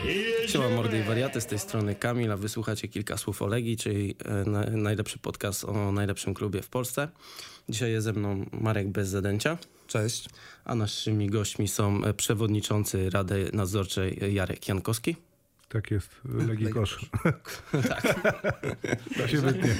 Siema mordy i wariaty, z tej strony Kamil, a wysłuchacie kilka słów o Legii, czyli najlepszy podcast o najlepszym klubie w Polsce. Dzisiaj jest ze mną Marek bez zadęcia. Cześć. A naszymi gośćmi są przewodniczący Rady Nadzorczej Jarek Jankowski. Tak jest, Legii Kosz. Tak. To się wytnie.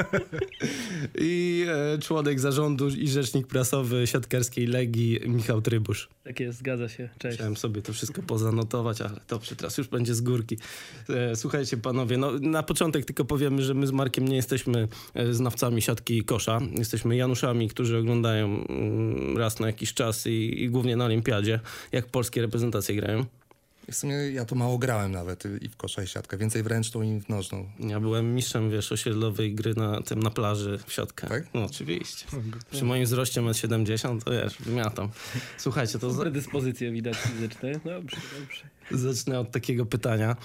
I członek zarządu i rzecznik prasowy siatkarskiej Legii Michał Trybusz. Tak jest, zgadza się. Cześć. Chciałem sobie to wszystko pozanotować, ale dobrze, teraz już będzie z górki. Słuchajcie panowie, no na początek tylko powiemy, że my z Markiem nie jesteśmy znawcami siatki kosza. Jesteśmy Januszami, którzy oglądają raz na jakiś czas i głównie na olimpiadzie, jak polskie reprezentacje grają. W sumie ja to mało grałem nawet i w kosza i siatkę. Więcej w ręczną i w nożną. Ja byłem mistrzem, osiedlowej gry na plaży w siatkę. Tak? No oczywiście. Przy moim wzroście 1,70 m, to wiesz, wymiatam. Słuchajcie, to... Predyspozycje widać fizyczne. Dobrze. Zacznę od takiego pytania.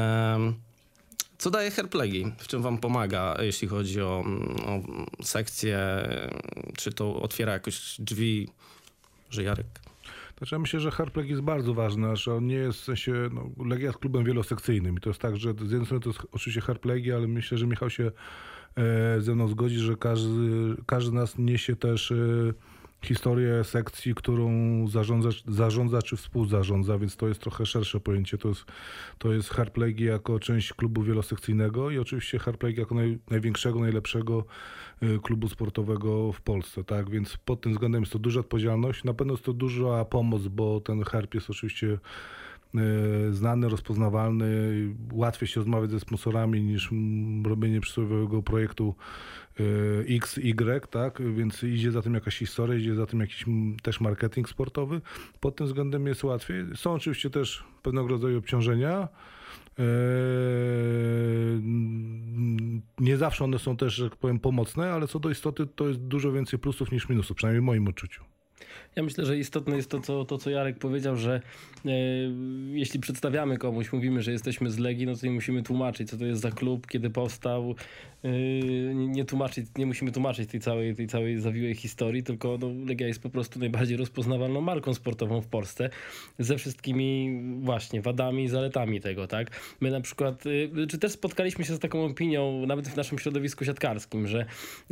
Co daje herb Legii? W czym wam pomaga, jeśli chodzi o sekcję? Czy to otwiera jakoś drzwi, że Jarek... Znaczy, ja myślę, że herb Legii jest bardzo ważny, że on nie jest w sensie, Legia jest klubem wielosekcyjnym i to jest tak, że z jednej strony to jest oczywiście herb Legii, ale myślę, że Michał się ze mną zgodzi, że każdy z nas niesie też historię sekcji, którą zarządza czy współzarządza, więc to jest trochę szersze pojęcie. To jest herb Legii jako część klubu wielosekcyjnego i oczywiście herb Legii jako największego, najlepszego klubu sportowego w Polsce, tak? Więc pod tym względem jest to duża odpowiedzialność. Na pewno jest to duża pomoc, bo ten herb jest oczywiście znany, rozpoznawalny. Łatwiej się rozmawiać ze sponsorami niż robienie przysłowiowego projektu X, Y, tak? Więc idzie za tym jakaś historia, idzie za tym jakiś też marketing sportowy. Pod tym względem jest łatwiej. Są oczywiście też pewnego rodzaju obciążenia. Nie zawsze one są też, że tak powiem, pomocne, ale co do istoty to jest dużo więcej plusów niż minusów, przynajmniej w moim odczuciu. Ja myślę, że istotne jest to, co Jarek powiedział, że jeśli przedstawiamy komuś, mówimy, że jesteśmy z Legii, no to nie musimy tłumaczyć, co to jest za klub, kiedy powstał. Nie musimy tłumaczyć tej całej zawiłej historii, tylko Legia jest po prostu najbardziej rozpoznawalną marką sportową w Polsce, ze wszystkimi właśnie wadami i zaletami tego, tak? My na przykład, czy też spotkaliśmy się z taką opinią, nawet w naszym środowisku siatkarskim, że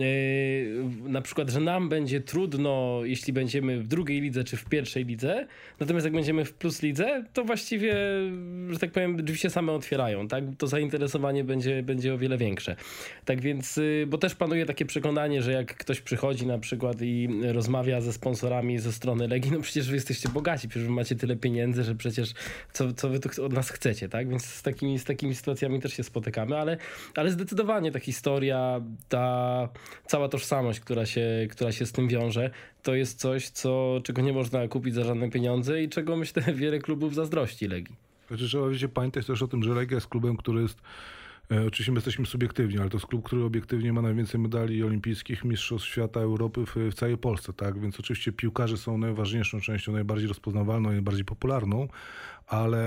na przykład, że nam będzie trudno, jeśli będziemy w drugiej lidze czy w pierwszej lidze, natomiast jak będziemy w plus lidze, to właściwie, że tak powiem, drzwi się same otwierają, tak? To zainteresowanie będzie o wiele większe. Tak więc, bo też panuje takie przekonanie, że jak ktoś przychodzi na przykład i rozmawia ze sponsorami ze strony Legii, no przecież wy jesteście bogaci, przecież wy macie tyle pieniędzy, że przecież co wy tu od nas chcecie, tak? Więc z takimi sytuacjami też się spotykamy, ale zdecydowanie ta historia, ta cała tożsamość, która się z tym wiąże, to jest coś, czego nie można kupić za żadne pieniądze i czego, myślę, wiele klubów zazdrości Legii. Znaczy, trzeba pamiętać też o tym, że Legia jest klubem, który jest, oczywiście my jesteśmy subiektywni, ale to jest klub, który obiektywnie ma najwięcej medali olimpijskich, mistrzostw świata, Europy w całej Polsce, tak? Więc oczywiście piłkarze są najważniejszą częścią, najbardziej rozpoznawalną, najbardziej popularną, ale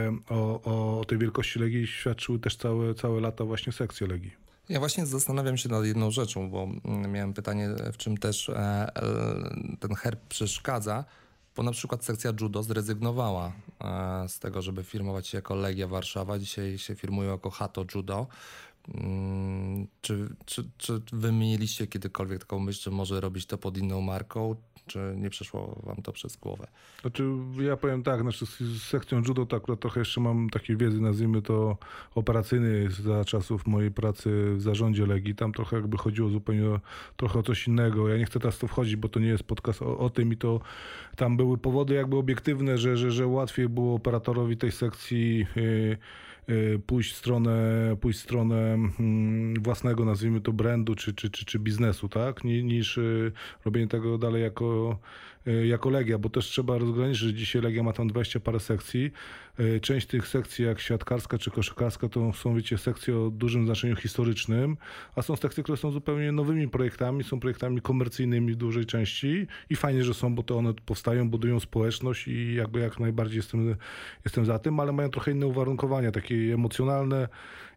o tej wielkości Legii świadczyły też całe lata właśnie sekcje Legii. Ja właśnie zastanawiam się nad jedną rzeczą, bo miałem pytanie, w czym też ten herb przeszkadza, bo na przykład sekcja judo zrezygnowała z tego, żeby firmować się jako Legia Warszawa. Dzisiaj się firmują jako Hato Judo. Czy wy mieliście kiedykolwiek taką myśl, że może robić to pod inną marką? Czy nie przeszło wam to przez głowę? Znaczy, ja powiem tak, z sekcją judo to akurat trochę jeszcze mam takiej wiedzy, nazwijmy to operacyjnej za czasów mojej pracy w zarządzie Legii. Tam trochę jakby chodziło zupełnie trochę o coś innego. Ja nie chcę teraz w to wchodzić, bo to nie jest podcast o tym i to tam były powody jakby obiektywne, że łatwiej było operatorowi tej sekcji pójść w stronę własnego, nazwijmy to, brandu czy biznesu, tak? Niż robienie tego dalej jako Legia, bo też trzeba rozgraniczyć, że dzisiaj Legia ma tam 20 parę sekcji. Część tych sekcji, jak siatkarska czy koszykarska, to są, wiecie, sekcje o dużym znaczeniu historycznym, a są sekcje, które są zupełnie nowymi projektami, są projektami komercyjnymi w dużej części i fajnie, że są, bo to one powstają, budują społeczność i jakby jak najbardziej jestem za tym, ale mają trochę inne uwarunkowania, takie emocjonalne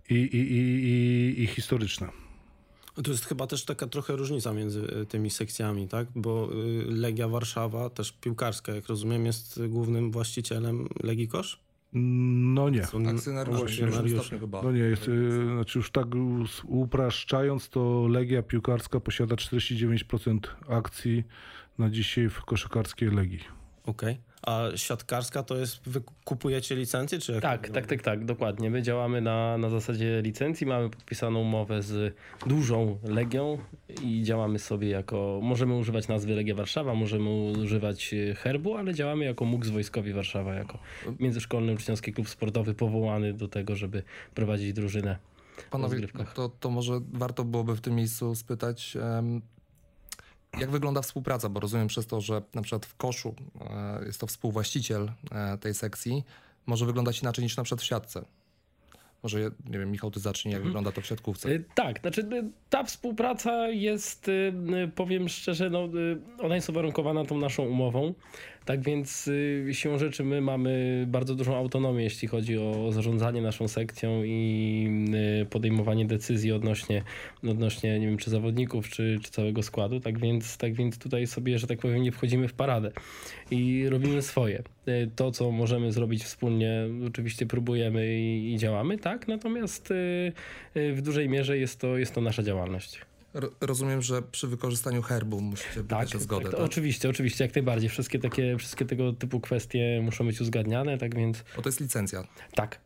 i historyczne. To jest chyba też taka trochę różnica między tymi sekcjami, tak? Bo Legia Warszawa, też piłkarska, jak rozumiem, jest głównym właścicielem Legii Kosz? No nie. Akcjonariusze w dużym stopniu chyba. No nie, jest, znaczy już tak upraszczając, to Legia Piłkarska posiada 49% akcji na dzisiaj w koszykarskiej Legii. Okej. A siatkarska to jest, wy kupujecie licencję, czy jak? Tak, dokładnie. My działamy na zasadzie licencji, mamy podpisaną umowę z dużą Legią i działamy sobie możemy używać nazwy Legia Warszawa, możemy używać herbu, ale działamy jako MUKS Wojskowi Warszawa, jako międzyszkolny uczniowski klub sportowy powołany do tego, żeby prowadzić drużynę w Panowie, rozgrywkach. to może warto byłoby w tym miejscu spytać, jak wygląda współpraca, bo rozumiem przez to, że na przykład w koszu jest to współwłaściciel tej sekcji, może wyglądać inaczej niż na przykład w siatce. Może, nie wiem, Michał, ty zacznij, jak wygląda to w siatkówce. Tak, znaczy ta współpraca jest, powiem szczerze, ona jest uwarunkowana tą naszą umową, tak więc siłą rzeczy my mamy bardzo dużą autonomię, jeśli chodzi o zarządzanie naszą sekcją i podejmowanie decyzji odnośnie nie wiem, czy zawodników, czy całego składu, tak więc tutaj sobie, że tak powiem, nie wchodzimy w paradę i robimy swoje. To, co możemy zrobić wspólnie, oczywiście próbujemy i działamy, tak, natomiast w dużej mierze jest to nasza działalność. Rozumiem, że przy wykorzystaniu herbu musicie pytać o zgodę, tak? Oczywiście, jak najbardziej. Wszystkie tego typu kwestie muszą być uzgadniane, tak więc... Bo to jest licencja. Tak.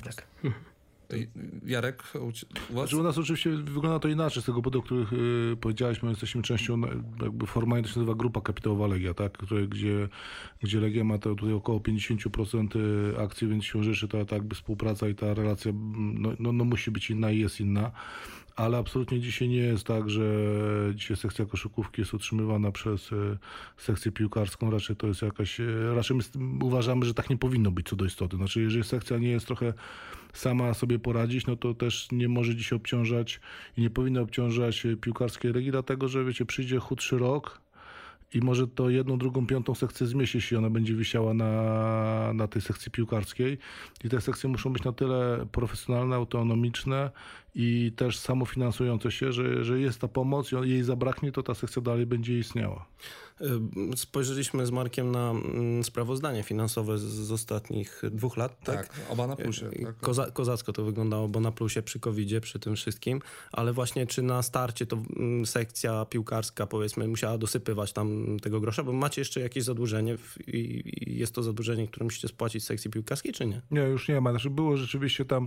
Jarek, u was? U nas oczywiście wygląda to inaczej, z tego powodu, o których powiedziałeś, my jesteśmy częścią, jakby formalnie to się nazywa Grupa Kapitałowa Legia, tak? Gdzie Legia ma to tutaj około 50% akcji, więc siłą rzeczy ta jakby współpraca i ta relacja musi być inna i jest inna. Ale absolutnie dzisiaj nie jest tak, że dzisiaj sekcja koszykówki jest utrzymywana przez sekcję piłkarską. Raczej to jest raczej my uważamy, że tak nie powinno być co do istoty. Znaczy, jeżeli sekcja nie jest trochę sama sobie poradzić, no to też nie może dzisiaj obciążać i nie powinna obciążać piłkarskiej Legii, dlatego że wiecie, przyjdzie chudszy rok i może to 1., 2., 5. sekcję zmieści, jeśli ona będzie wisiała na tej sekcji piłkarskiej. I te sekcje muszą być na tyle profesjonalne, autonomiczne i też samofinansujące się, że jest ta pomoc i jej zabraknie, to ta sekcja dalej będzie istniała. Spojrzeliśmy z Markiem na sprawozdanie finansowe z ostatnich 2 lat. Tak, oba na plusie. Tak. Kozacko to wyglądało, bo na plusie przy COVID-zie, przy tym wszystkim, ale właśnie czy na starcie to sekcja piłkarska, powiedzmy, musiała dosypywać tam tego grosza, bo macie jeszcze jakieś zadłużenie i jest to zadłużenie, które musicie spłacić sekcji piłkarskiej, czy nie? Nie, już nie ma. Znaczy było rzeczywiście tam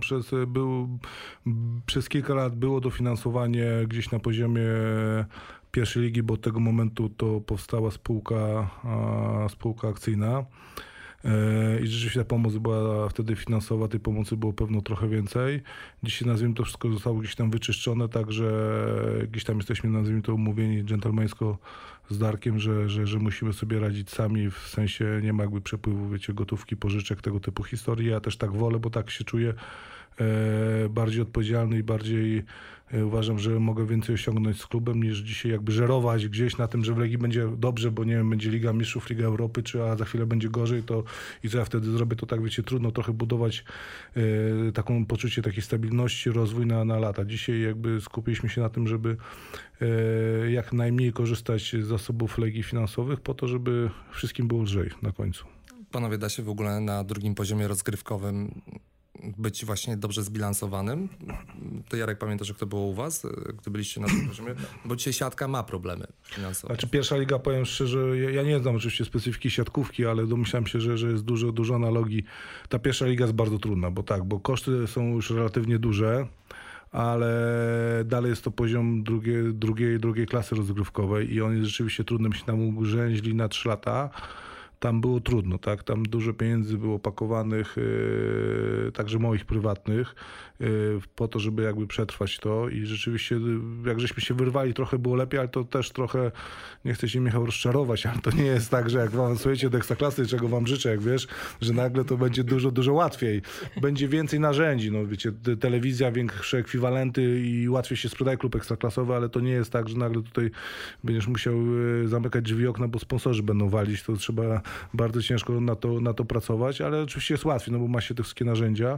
przez kilka lat było dofinansowanie gdzieś na poziomie pierwszej ligi, bo od tego momentu to powstała spółka akcyjna i rzeczywiście ta pomoc była wtedy finansowa, tej pomocy było pewno trochę więcej. Dzisiaj, nazwijmy to, wszystko zostało gdzieś tam wyczyszczone, także gdzieś tam jesteśmy, nazwijmy to, umówieni dżentelmeńsko z Darkiem, że musimy sobie radzić sami, w sensie nie ma jakby przepływu, wiecie, gotówki, pożyczek, tego typu historii. Ja też tak wolę, bo tak się czuję bardziej odpowiedzialny i bardziej uważam, że mogę więcej osiągnąć z klubem niż dzisiaj jakby żerować gdzieś na tym, że w Legii będzie dobrze, bo nie wiem, będzie Liga Mistrzów, Liga Europy, a za chwilę będzie gorzej, to i co ja wtedy zrobię, to tak wiecie, trudno trochę budować taką poczucie takiej stabilności, rozwój na lata. Dzisiaj jakby skupiliśmy się na tym, żeby jak najmniej korzystać z zasobów Legii finansowych po to, żeby wszystkim było lżej na końcu. Panowie, da się w ogóle na drugim poziomie rozgrywkowym być właśnie dobrze zbilansowanym? To Jarek, pamiętasz, jak to było u was, gdy byliście na tym poziomie? Bo dzisiaj siatka ma problemy finansowe. Znaczy pierwsza liga, powiem szczerze, ja nie znam oczywiście specyfiki siatkówki, ale domyślam się, że jest dużo analogii. Ta pierwsza liga jest bardzo trudna, bo koszty są już relatywnie duże, ale dalej jest to poziom drugiej klasy rozgrywkowej i on jest rzeczywiście trudny. My się tam ugrzęźli na 3 lata. Tam było trudno, tak? Tam dużo pieniędzy było pakowanych, także moich prywatnych, po to, żeby jakby przetrwać to i rzeczywiście, jak żeśmy się wyrwali, trochę było lepiej, ale to też trochę, nie chcę się, Michał, rozczarować, ale to nie jest tak, że jak wam awansujecie do Ekstraklasy, czego wam życzę, jak wiesz, że nagle to będzie dużo łatwiej. Będzie więcej narzędzi, no wiecie, telewizja, większe ekwiwalenty i łatwiej się sprzedaje klub ekstraklasowy, ale to nie jest tak, że nagle tutaj będziesz musiał zamykać drzwi, okna, bo sponsorzy będą walić, to trzeba bardzo ciężko na to pracować, ale oczywiście jest łatwiej, no bo ma się te wszystkie narzędzia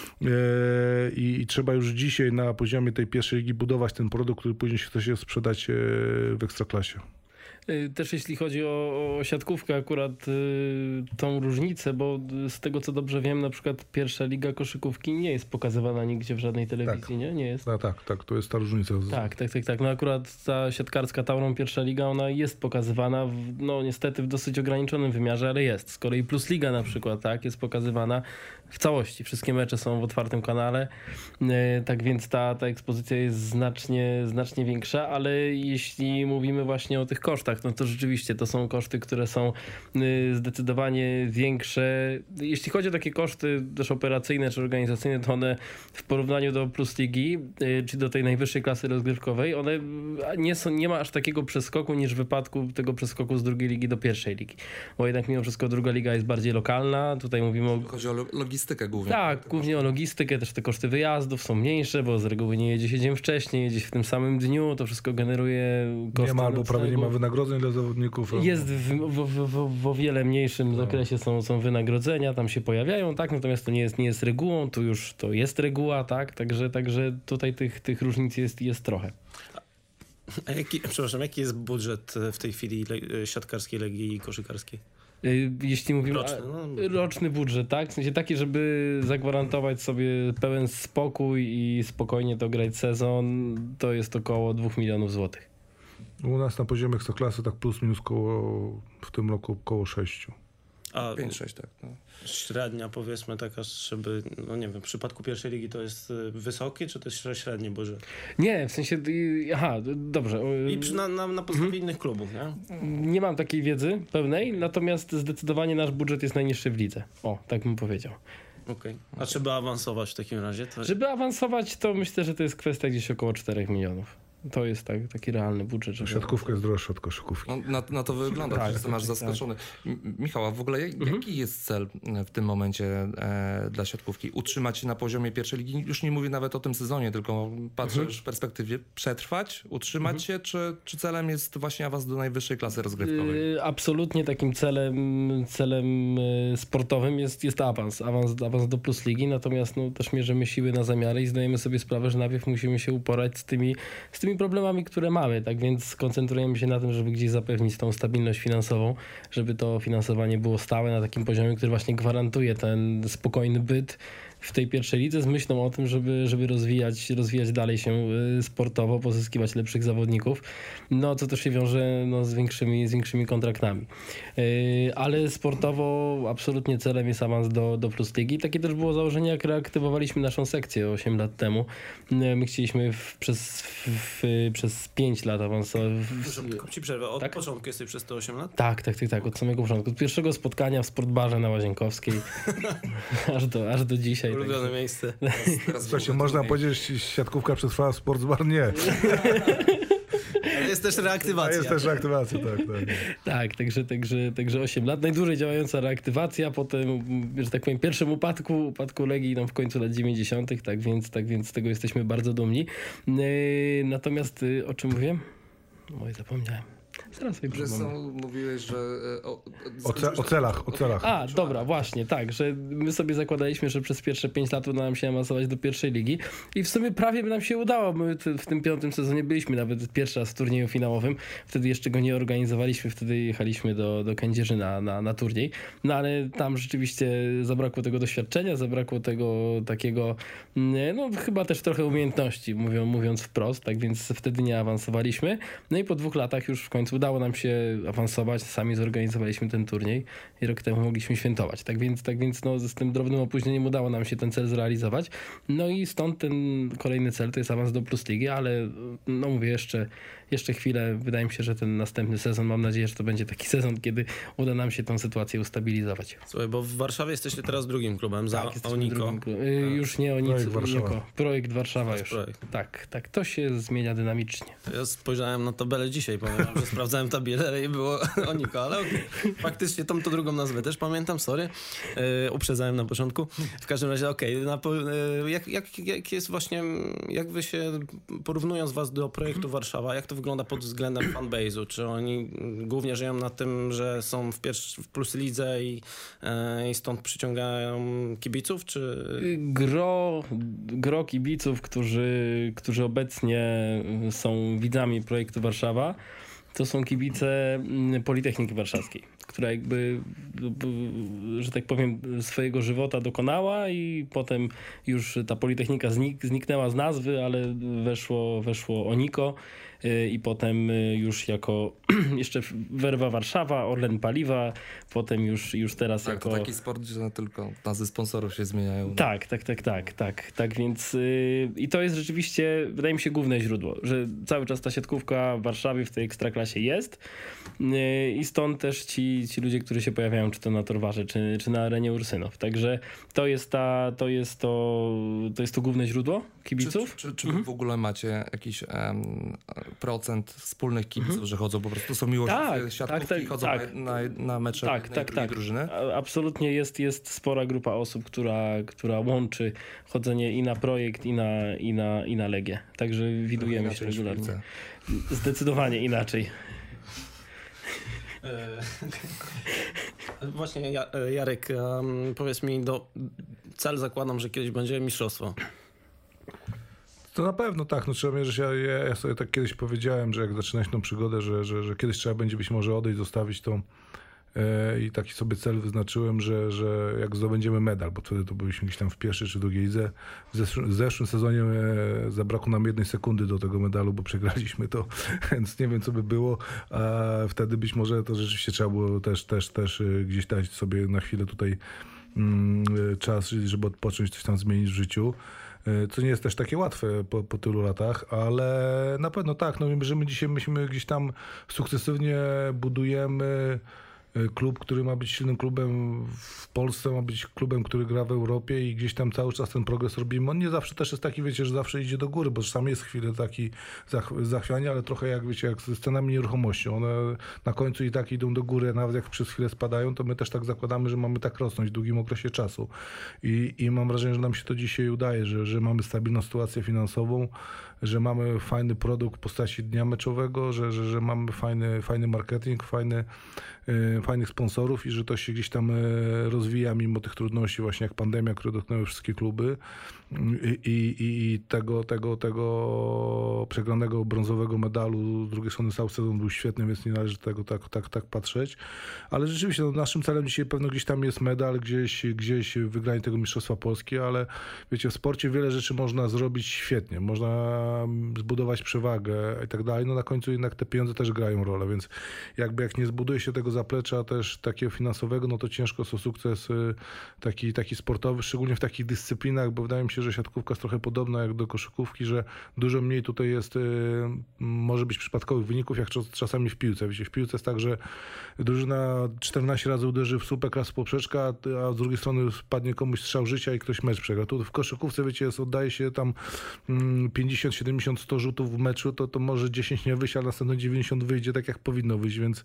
i trzeba już dzisiaj na poziomie tej pierwszej ligi budować ten produkt, który później chce się sprzedać w Ekstraklasie. Też jeśli chodzi o siatkówkę, akurat tą różnicę, bo z tego co dobrze wiem, na przykład pierwsza liga koszykówki nie jest pokazywana nigdzie w żadnej telewizji, nie? Nie jest. Tak, to jest ta różnica. Tak. No akurat ta siatkarska Tauron pierwsza liga, ona jest pokazywana, no niestety w dosyć ograniczonym wymiarze, ale jest. Z kolei Plus Liga na przykład, tak, jest pokazywana w całości. Wszystkie mecze są w otwartym kanale, tak więc ta ekspozycja jest znacznie większa, ale jeśli mówimy właśnie o tych kosztach, no to rzeczywiście to są koszty, które są zdecydowanie większe. Jeśli chodzi o takie koszty też operacyjne czy organizacyjne, to one w porównaniu do Plus Ligi, czy do tej najwyższej klasy rozgrywkowej, one nie ma aż takiego przeskoku niż w wypadku tego przeskoku z drugiej ligi do pierwszej ligi. Bo jednak mimo wszystko druga liga jest bardziej lokalna. Tutaj mówimy o... Chodzi o logistykę głównie. Tak, głównie o logistykę, też te koszty wyjazdów są mniejsze, bo z reguły nie jedzie się dzień wcześniej, jedzie się w tym samym dniu, to wszystko generuje koszty. Nie ma albo prawie nie ma wynagrodzeń dla zawodników. Jest w o wiele mniejszym zakresie są wynagrodzenia, tam się pojawiają, tak, natomiast to nie jest regułą, tu już to jest reguła, tak, także tutaj tych różnic jest trochę. A jaki jest budżet w tej chwili siatkarskiej legii i koszykarskiej? Jeśli mówimy roczny budżet, tak? W sensie taki, żeby zagwarantować sobie pełen spokój i spokojnie dograć sezon, to jest około 2 milionów złotych. U nas na poziomie ekstraklasy tak plus minus w tym roku około 6. A 5-6, tak. No. Średnia powiedzmy taka, żeby, no nie wiem, w przypadku pierwszej ligi to jest wysoki, czy to jest średni budżet? Nie, w sensie, dobrze. I na podstawie innych klubów, nie? Nie mam takiej wiedzy pełnej, natomiast zdecydowanie nasz budżet jest najniższy w lidze. O, tak bym powiedział. Okej. A trzeba awansować w takim razie? Żeby awansować, to myślę, że to jest kwestia gdzieś około 4 milionów. To jest taki realny budżet. Siatkówka jest droższa od koszykówki. No, na to wygląda, Tak, że jestem aż zaskoczony. Michał, a w ogóle jaki jest cel w tym momencie dla siatkówki? Utrzymać się na poziomie pierwszej ligi? Już nie mówię nawet o tym sezonie, tylko patrzę już w perspektywie. Przetrwać, utrzymać się, czy celem jest właśnie awans do najwyższej klasy rozgrywkowej? Absolutnie takim celem sportowym jest awans do Plus Ligi, natomiast też mierzymy siły na zamiary i zdajemy sobie sprawę, że najpierw musimy się uporać z tymi problemami, które mamy, tak więc koncentrujemy się na tym, żeby gdzieś zapewnić tą stabilność finansową, żeby to finansowanie było stałe na takim poziomie, który właśnie gwarantuje ten spokojny byt w tej pierwszej lidze z myślą o tym, żeby rozwijać dalej się sportowo, pozyskiwać lepszych zawodników, no co też się wiąże z większymi kontraktami. Ale sportowo absolutnie celem jest awans do Plus Ligi. Takie też było założenie, jak reaktywowaliśmy naszą sekcję 8 lat temu. My chcieliśmy przez 5 lat awansować. Tylko ci przerwę. Od tak? początku jesteś przez te 8 lat? Tak, od samego początku. Od pierwszego spotkania w sportbarze na Łazienkowskiej aż do dzisiaj. Ulubione miejsce. Słuchajcie, można powiedzieć, że siatkówka przetrwała, sportsbar nie. Ale jest też reaktywacja. Tak, także 8 lat. Najdłużej działająca reaktywacja, potem, że tak powiem, pierwszym upadku Legii w końcu lat 90., tak więc z tego jesteśmy bardzo dumni. Natomiast o czym mówiłem? Oj, zapomniałem. Zaraz sobie Mówiłeś, że... O celach. A, dobra, właśnie, tak, że my sobie zakładaliśmy, że przez pierwsze 5 lat uda nam się awansować do pierwszej ligi i w sumie prawie by nam się udało. My w tym 5. sezonie byliśmy nawet pierwszy raz w turnieju finałowym, wtedy jeszcze go nie organizowaliśmy, wtedy jechaliśmy do Kędzierzyna na turniej, no ale tam rzeczywiście zabrakło tego doświadczenia, zabrakło tego takiego, chyba też trochę umiejętności, mówiąc wprost, tak więc wtedy nie awansowaliśmy, no i po 2 latach już w końcu udało nam się awansować, sami zorganizowaliśmy ten turniej i rok temu mogliśmy świętować. Tak więc z tym drobnym opóźnieniem udało nam się ten cel zrealizować. No i stąd ten kolejny cel to jest awans do Plus Ligi, ale mówię jeszcze chwilę. Wydaje mi się, że ten następny sezon, mam nadzieję, że to będzie taki sezon, kiedy uda nam się tę sytuację ustabilizować. Słuchaj, bo w Warszawie jesteście teraz drugim klubem, za Oniko. Już nie Oniko. Projekt Warszawa już. Projekt. Tak, to się zmienia dynamicznie. Ja spojrzałem na tabelę dzisiaj, powiem, że sprawdzałem tabelę i było Oniko, ale faktycznie tą drugą nazwę też pamiętam, sorry. Uprzedzałem na początku. W każdym razie jak jest właśnie, jak wy się, porównując was do projektu Warszawa, jak to wygląda pod względem fanbase'u? Czy oni głównie żyją na tym, że są w Plus Lidze i stąd przyciągają kibiców, czy... Gro kibiców, którzy obecnie są widzami projektu Warszawa, To są kibice Politechniki Warszawskiej, która jakby, że tak powiem, swojego żywota dokonała i potem już ta Politechnika zniknęła z nazwy, ale weszło Oniko i potem już jako jeszcze Werwa Warszawa, Orlen Paliwa, potem już teraz tak, jako... To taki sport, że tylko nazwy sponsorów się zmieniają. Tak, więc i to jest rzeczywiście, wydaje mi się, główne źródło, że cały czas ta siatkówka w Warszawie w tej ekstraklasie jest i stąd też ci ludzie, którzy się pojawiają, czy to na Torwarze, czy na arenie Ursynow. Także to jest to główne źródło kibiców. Czy wy w ogóle macie jakiś procent wspólnych kibiców, że chodzą po prostu, są miłośnicy siatkówki i chodzą na mecze jednej drużyny? Absolutnie jest spora grupa osób, która łączy chodzenie i na projekt, i na Legię. Także widujemy się regularnie. Zdecydowanie inaczej. Właśnie Jarek, powiedz mi, cel zakładam, że kiedyś będzie mistrzostwo. To na pewno tak, no trzeba mierzyć. Ja sobie tak kiedyś powiedziałem, że jak zaczynać tą przygodę, że kiedyś trzeba będzie być może odejść, zostawić to i taki sobie cel wyznaczyłem, że jak zdobędziemy medal, bo wtedy to byliśmy gdzieś tam w pierwszej czy drugiej lidze. W zeszłym sezonie zabrakło nam 1 sekundy do tego medalu, bo przegraliśmy to, więc nie wiem co by było, a wtedy być może to rzeczywiście trzeba było też gdzieś dać sobie na chwilę tutaj czas, żeby odpocząć, coś tam zmienić w życiu. Co nie jest też takie łatwe po tylu latach, ale na pewno tak, no że my dzisiaj gdzieś tam sukcesywnie budujemy klub, który ma być silnym klubem w Polsce, ma być klubem, który gra w Europie i gdzieś tam cały czas ten progres robimy. On nie zawsze też jest taki, wiecie, że zawsze idzie do góry, bo czasami jest chwilę taki zachwianie, ale trochę jak, wiecie, jak z cenami nieruchomości. One na końcu i tak idą do góry, nawet jak przez chwilę spadają, to my też tak zakładamy, że mamy tak rosnąć w długim okresie czasu. I mam wrażenie, że nam się to dzisiaj udaje, że mamy stabilną sytuację finansową, że mamy fajny produkt w postaci dnia meczowego, że mamy fajny marketing, fajnych sponsorów i że to się gdzieś tam rozwija mimo tych trudności, właśnie jak pandemia, które dotknęły wszystkie kluby i tego przegranego brązowego medalu. Z drugiej strony cały sezon był świetny, więc nie należy tego tak patrzeć. Ale rzeczywiście no, naszym celem dzisiaj pewno gdzieś tam jest medal, gdzieś wygranie tego Mistrzostwa Polski, ale wiecie, w sporcie wiele rzeczy można zrobić świetnie. Można zbudować przewagę i tak dalej. No na końcu jednak te pieniądze też grają rolę, więc jak nie zbuduje się tego zaplecza też takiego finansowego, no to ciężko jest o sukces taki sportowy, szczególnie w takich dyscyplinach, bo wydaje mi się, że siatkówka jest trochę podobna jak do koszykówki, że dużo mniej tutaj jest, może być przypadkowych wyników, jak czasami w piłce. Wiecie, w piłce jest tak, że drużyna 14 razy uderzy w słupek, raz w poprzeczkę, a z drugiej strony spadnie komuś strzał życia i ktoś mecz przegra. Tu w koszykówce, wiecie, oddaje się tam 50, 70, 100 rzutów w meczu, to może 10 nie wyjść, a następne 90 wyjdzie tak, jak powinno wyjść, więc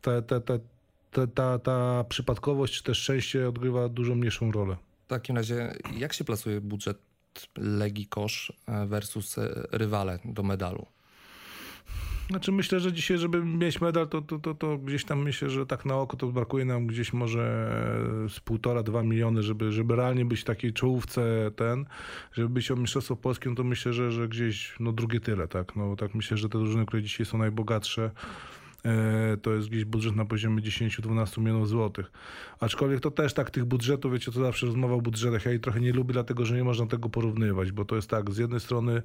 ta przypadkowość czy też szczęście odgrywa dużo mniejszą rolę. W takim razie, jak się plasuje budżet Legii Kosz versus rywale do medalu? Znaczy myślę, że dzisiaj, żeby mieć medal, to gdzieś tam myślę, że tak na oko to brakuje nam gdzieś może z 1,5–2 miliony, żeby realnie być w takiej czołówce żeby być o Mistrzostwo Polskie, no to myślę, że gdzieś drugie tyle, tak? No tak myślę, że te drużyny, które dzisiaj są najbogatsze, to jest gdzieś budżet na poziomie 10–12 milionów złotych. Aczkolwiek to też tak tych budżetów, wiecie, to zawsze rozmowa o budżetach. Ja jej trochę nie lubię, dlatego że nie można tego porównywać, bo to jest tak, z jednej strony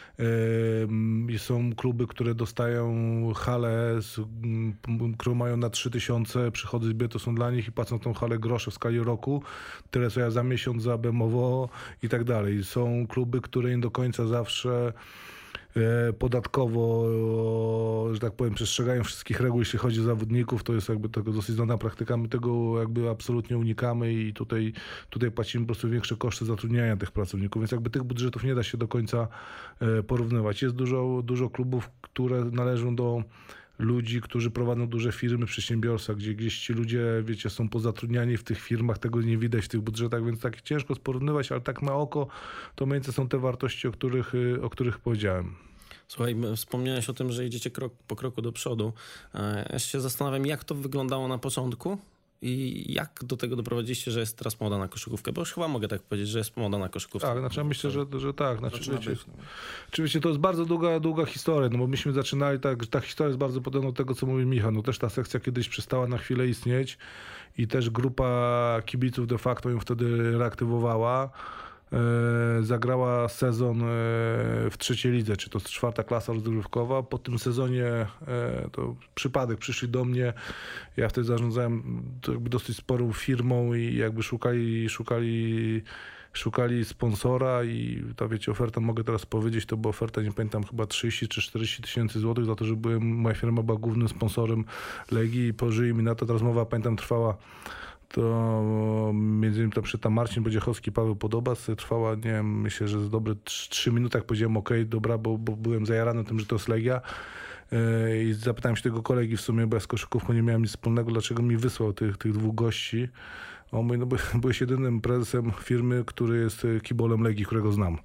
są kluby, które dostają halę, którą mają na 3000, przychody z to są dla nich i płacą tą halę grosze w skali roku, tyle co ja za miesiąc za BMOWO i tak dalej. Są kluby, które nie do końca zawsze podatkowo, że tak powiem, przestrzegają wszystkich reguł, jeśli chodzi o zawodników. To jest jakby tego dosyć znana praktyka. My tego jakby absolutnie unikamy i tutaj płacimy po prostu większe koszty zatrudniania tych pracowników, więc jakby tych budżetów nie da się do końca porównywać. Jest dużo klubów, które należą do ludzi, którzy prowadzą duże firmy, przedsiębiorstwa, gdzie gdzieś ci ludzie, wiecie, są pozatrudniani w tych firmach, tego nie widać w tych budżetach, więc tak ciężko porównywać, ale tak na oko to mniej więcej są te wartości, o których powiedziałem. Słuchaj, wspomniałeś o tym, że idziecie krok po kroku do przodu. Ja się zastanawiam, jak to wyglądało na początku I jak do tego doprowadziliście, że jest teraz moda na koszykówkę? Bo już chyba mogę tak powiedzieć, że jest moda na koszykówkę. Tak, znaczy ja myślę, że tak. Znaczy, oczywiście to jest bardzo długa historia, no bo myśmy zaczynali tak, że ta historia jest bardzo podobna do tego, co mówi Michał. No też ta sekcja kiedyś przestała na chwilę istnieć i też grupa kibiców de facto ją wtedy reaktywowała. Zagrała sezon w trzeciej lidze, czy to jest 4. klasa rozgrywkowa. Po tym sezonie to przypadek, przyszli do mnie. Ja wtedy zarządzałem jakby dosyć sporą firmą i jakby szukali sponsora i ta, wiecie, oferta, mogę teraz powiedzieć, to była oferta, nie pamiętam, chyba 30 czy 40 tysięcy złotych za to, że moja firma była głównym sponsorem Legii i pożyli mi na to. Ta rozmowa, pamiętam, trwała to między innymi ta Marcin Bodziechowski, Paweł Podobas, trwała, nie wiem, myślę, że z dobre 3 minuty, jak powiedziałem okej, dobra, bo byłem zajarany tym, że to jest Legia. I zapytałem się tego kolegi w sumie, bo ja z koszykówką nie miałem nic wspólnego, dlaczego mi wysłał tych 2 gości. On mówi, no bo byłeś jedynym prezesem firmy, który jest kibolem Legii, którego znam.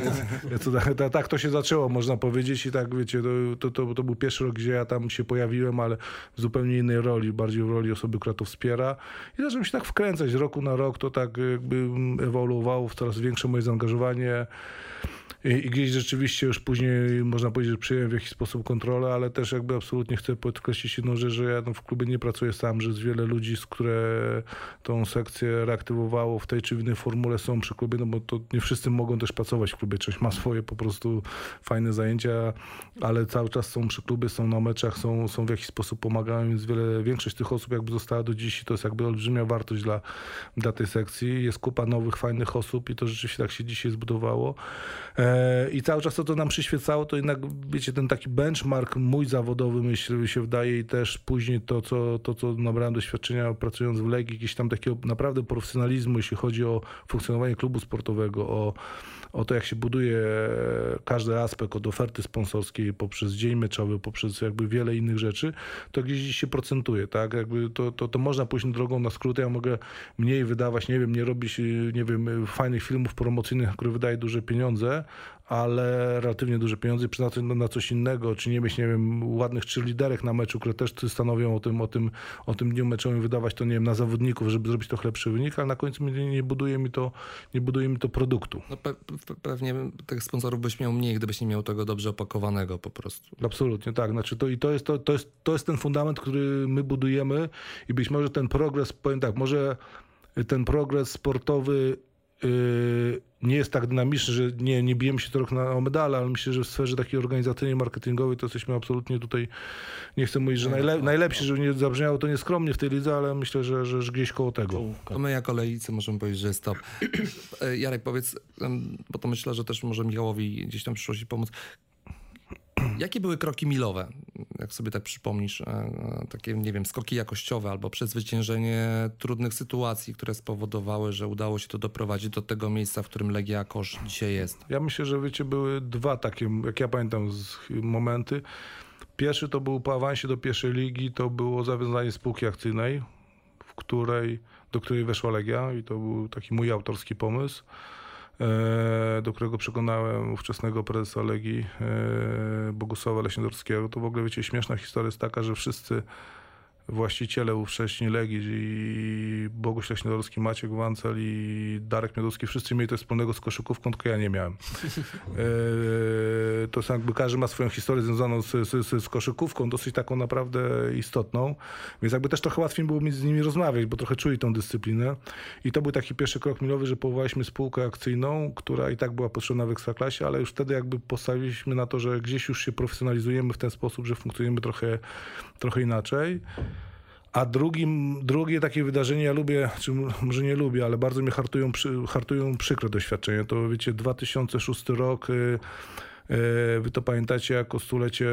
Tak to się zaczęło, można powiedzieć. I tak, wiecie, to był pierwszy rok, gdzie ja tam się pojawiłem, ale w zupełnie innej roli, bardziej w roli osoby, która to wspiera. I zacząłem się tak wkręcać z roku na rok, to tak jakby ewoluowało w coraz większe moje zaangażowanie. I gdzieś rzeczywiście już później można powiedzieć, że przyjąłem w jakiś sposób kontrolę, ale też jakby absolutnie chcę podkreślić jedną rzecz, że ja w klubie nie pracuję sam, że jest wiele ludzi, które tą sekcję reaktywowało w tej czy w innej formule, są przy klubie, no bo to nie wszyscy mogą też pracować w klubie, część ma swoje po prostu fajne zajęcia, ale cały czas są przy klubie, są na meczach, są w jakiś sposób pomagają, więc większość tych osób jakby została do dziś i to jest jakby olbrzymia wartość dla tej sekcji. Jest kupa nowych, fajnych osób i to rzeczywiście tak się dzisiaj zbudowało. I cały czas to nam przyświecało, to jednak, wiecie, ten taki benchmark mój zawodowy, myślę, mi się wydaje, i też później to, co nabrałem doświadczenia pracując w Legii, jakieś tam takiego naprawdę profesjonalizmu, jeśli chodzi o funkcjonowanie klubu sportowego, o to, jak się buduje każdy aspekt od oferty sponsorskiej poprzez dzień meczowy, poprzez jakby wiele innych rzeczy, to gdzieś się procentuje, tak? Jakby to można pójść drogą na skróty, ja mogę mniej wydawać, nie wiem, nie robić, nie wiem, fajnych filmów promocyjnych, które wydaje duże pieniądze, ale relatywnie duże pieniądze przeznaczyć na coś innego, czy nie mieć, nie wiem, ładnych cheerleaderek na meczu, które też stanowią o tym dniu meczowym, wydawać to, nie wiem, na zawodników, żeby zrobić to lepszy wynik, ale na końcu nie buduje mi to produktu. No pewnie tych sponsorów byś miał mniej, gdybyś nie miał tego dobrze opakowanego po prostu. Absolutnie, tak. Znaczy to jest ten fundament, który my budujemy i być może ten progres, powiem tak, może ten progres sportowy nie jest tak dynamiczny, że nie bijemy się co rok o medale, ale myślę, że w sferze takiej organizacyjnej, marketingowej to jesteśmy absolutnie tutaj, nie chcę mówić, że najlepsi, żeby nie zabrzmiało to nieskromnie w tej lidze, ale myślę, że gdzieś koło tego. To my jako Legicy możemy powiedzieć, że jest top. Jarek, powiedz, bo to myślę, że też może Michałowi gdzieś tam w przyszłości pomóc. Jakie były kroki milowe, jak sobie tak przypomnisz, takie, nie wiem, skoki jakościowe albo przezwyciężenie trudnych sytuacji, które spowodowały, że udało się to doprowadzić do tego miejsca, w którym Legia Kosz dzisiaj jest? Ja myślę, że wiecie, były 2 takie, jak ja pamiętam, momenty. Pierwszy to był po awansie do pierwszej ligi, to było zawiązanie spółki akcyjnej, do której weszła Legia i to był taki mój autorski pomysł, do którego przekonałem ówczesnego prezesa Legii, Bogusława Leśniodorskiego. To w ogóle, wiecie, śmieszna historia jest taka, że wszyscy właściciele ówcześni Legii, i Boguś Leśniodorski, Maciek Wancel i Darek Mioduski, wszyscy mieli to wspólnego z koszykówką, tylko ja nie miałem. To są jakby, każdy ma swoją historię związaną z koszykówką, dosyć taką naprawdę istotną, więc jakby też trochę łatwiej było mi z nimi rozmawiać, bo trochę czuli tą dyscyplinę. I to był taki pierwszy krok milowy, że powołaliśmy spółkę akcyjną, która i tak była potrzebna w Ekstraklasie, ale już wtedy jakby postawiliśmy na to, że gdzieś już się profesjonalizujemy w ten sposób, że funkcjonujemy trochę inaczej. A drugie takie wydarzenie, ja lubię, czy może nie lubię, ale bardzo mnie hartują przykre doświadczenia. To wiecie, 2006 rok, wy to pamiętacie jako stulecie,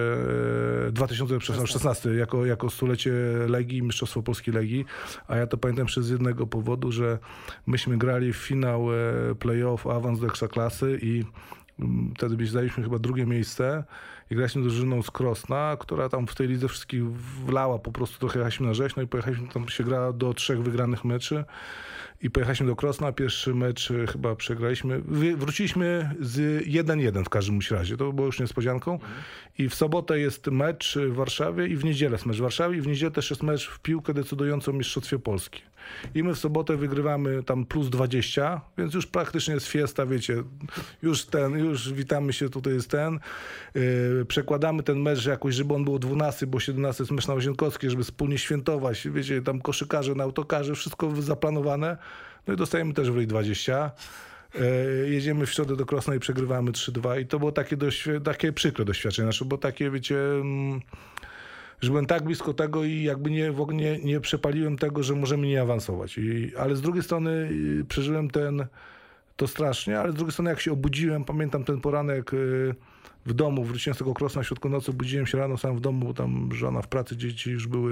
2016 jako stulecie Legii, Mistrzostwo Polskiej Legii, a ja to pamiętam z jednego powodu, że myśmy grali w finał play-off, awans do Ekstraklasy i Wtedy zajęliśmy chyba drugie miejsce i graliśmy drużyną z Krosna, która tam w tej lidze wszystkich wlała, po prostu trochę jechaliśmy na rzeź, no i pojechaliśmy, tam się gra do 3 wygranych meczy i pojechaliśmy do Krosna, pierwszy mecz chyba przegraliśmy, wróciliśmy z 1-1 w każdym razie, to było już niespodzianką i w sobotę jest mecz w Warszawie i w niedzielę jest mecz w Warszawie i w niedzielę też jest mecz w piłkę decydującą w Mistrzostwie Polski. I my w sobotę wygrywamy tam plus 20, więc już praktycznie jest fiesta, wiecie, już witamy się, tutaj jest przekładamy ten mecz jakoś, żeby on był 12, bo 17 jest mecz na Łazienkowskiej, żeby wspólnie świętować, wiecie, tam koszykarze, na autokarze, wszystko zaplanowane, no i dostajemy też w ryj 20. Jedziemy w środę do Krosna i przegrywamy 3-2 i to było takie przykre doświadczenie nasze, bo takie, wiecie, że byłem tak blisko tego i jakby w ogóle nie przepaliłem tego, że możemy nie awansować. Ale z drugiej strony przeżyłem to strasznie, ale z drugiej strony jak się obudziłem, pamiętam ten poranek w domu, wróciłem z tego Krosna w środku nocy, obudziłem się rano sam w domu, bo tam żona w pracy, dzieci już były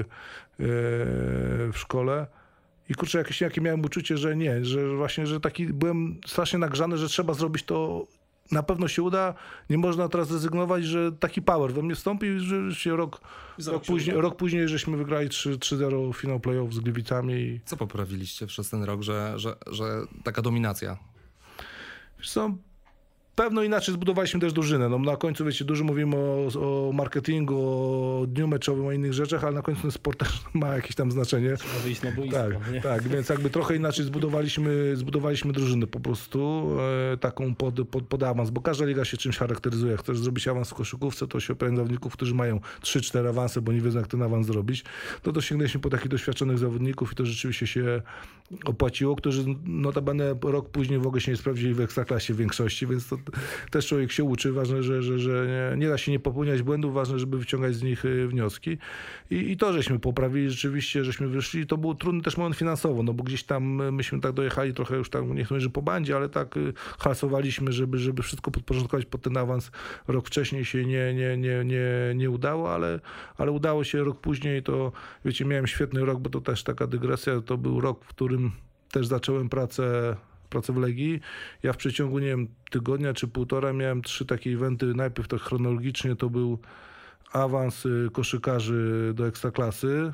w szkole. I kurczę, jakie miałem uczucie, że nie, że właśnie, że taki byłem strasznie nagrzany, że trzeba zrobić to, na pewno się uda, nie można teraz rezygnować, że taki power we mnie wstąpi, że się rok później żeśmy wygrali 3-0 finał playoff z Gliwicami. Co poprawiliście przez ten rok, że taka dominacja? Wiesz co, pewno inaczej zbudowaliśmy też drużynę. No, na końcu, wiecie, dużo mówimy o marketingu, o dniu meczowym, o innych rzeczach, ale na końcu ten sport też ma jakieś tam znaczenie. Trzeba wyjść na boisko. Tak, więc jakby trochę inaczej zbudowaliśmy drużynę po prostu, taką pod awans, bo każda liga się czymś charakteryzuje. Jak chcesz zrobić awans w koszykówce, to się opiera zawodników, którzy mają 3-4 awanse, bo nie wiedzą, jak ten awans zrobić. No to sięgnęliśmy po takich doświadczonych zawodników i to rzeczywiście się opłaciło, którzy notabene rok później w ogóle się nie sprawdzili w Ekstraklasie w większości, więc to też człowiek się uczy. Ważne, że nie da się nie popełniać błędów, ważne, żeby wyciągać z nich wnioski. I to, żeśmy poprawili rzeczywiście, żeśmy wyszli. To był trudny też moment finansowo, no bo gdzieś tam myśmy tak dojechali trochę już tak, nie chcę mówić, że po bandzie, ale tak hasowaliśmy, żeby wszystko podporządkować pod ten awans. Rok wcześniej się nie udało, ale udało się rok później. To wiecie, miałem świetny rok, bo to też taka dygresja. To był rok, w którym też zacząłem pracę w Legii. Ja w przeciągu, nie wiem, tygodnia czy półtora miałem 3 takie eventy. Najpierw tak chronologicznie to był awans koszykarzy do Ekstraklasy.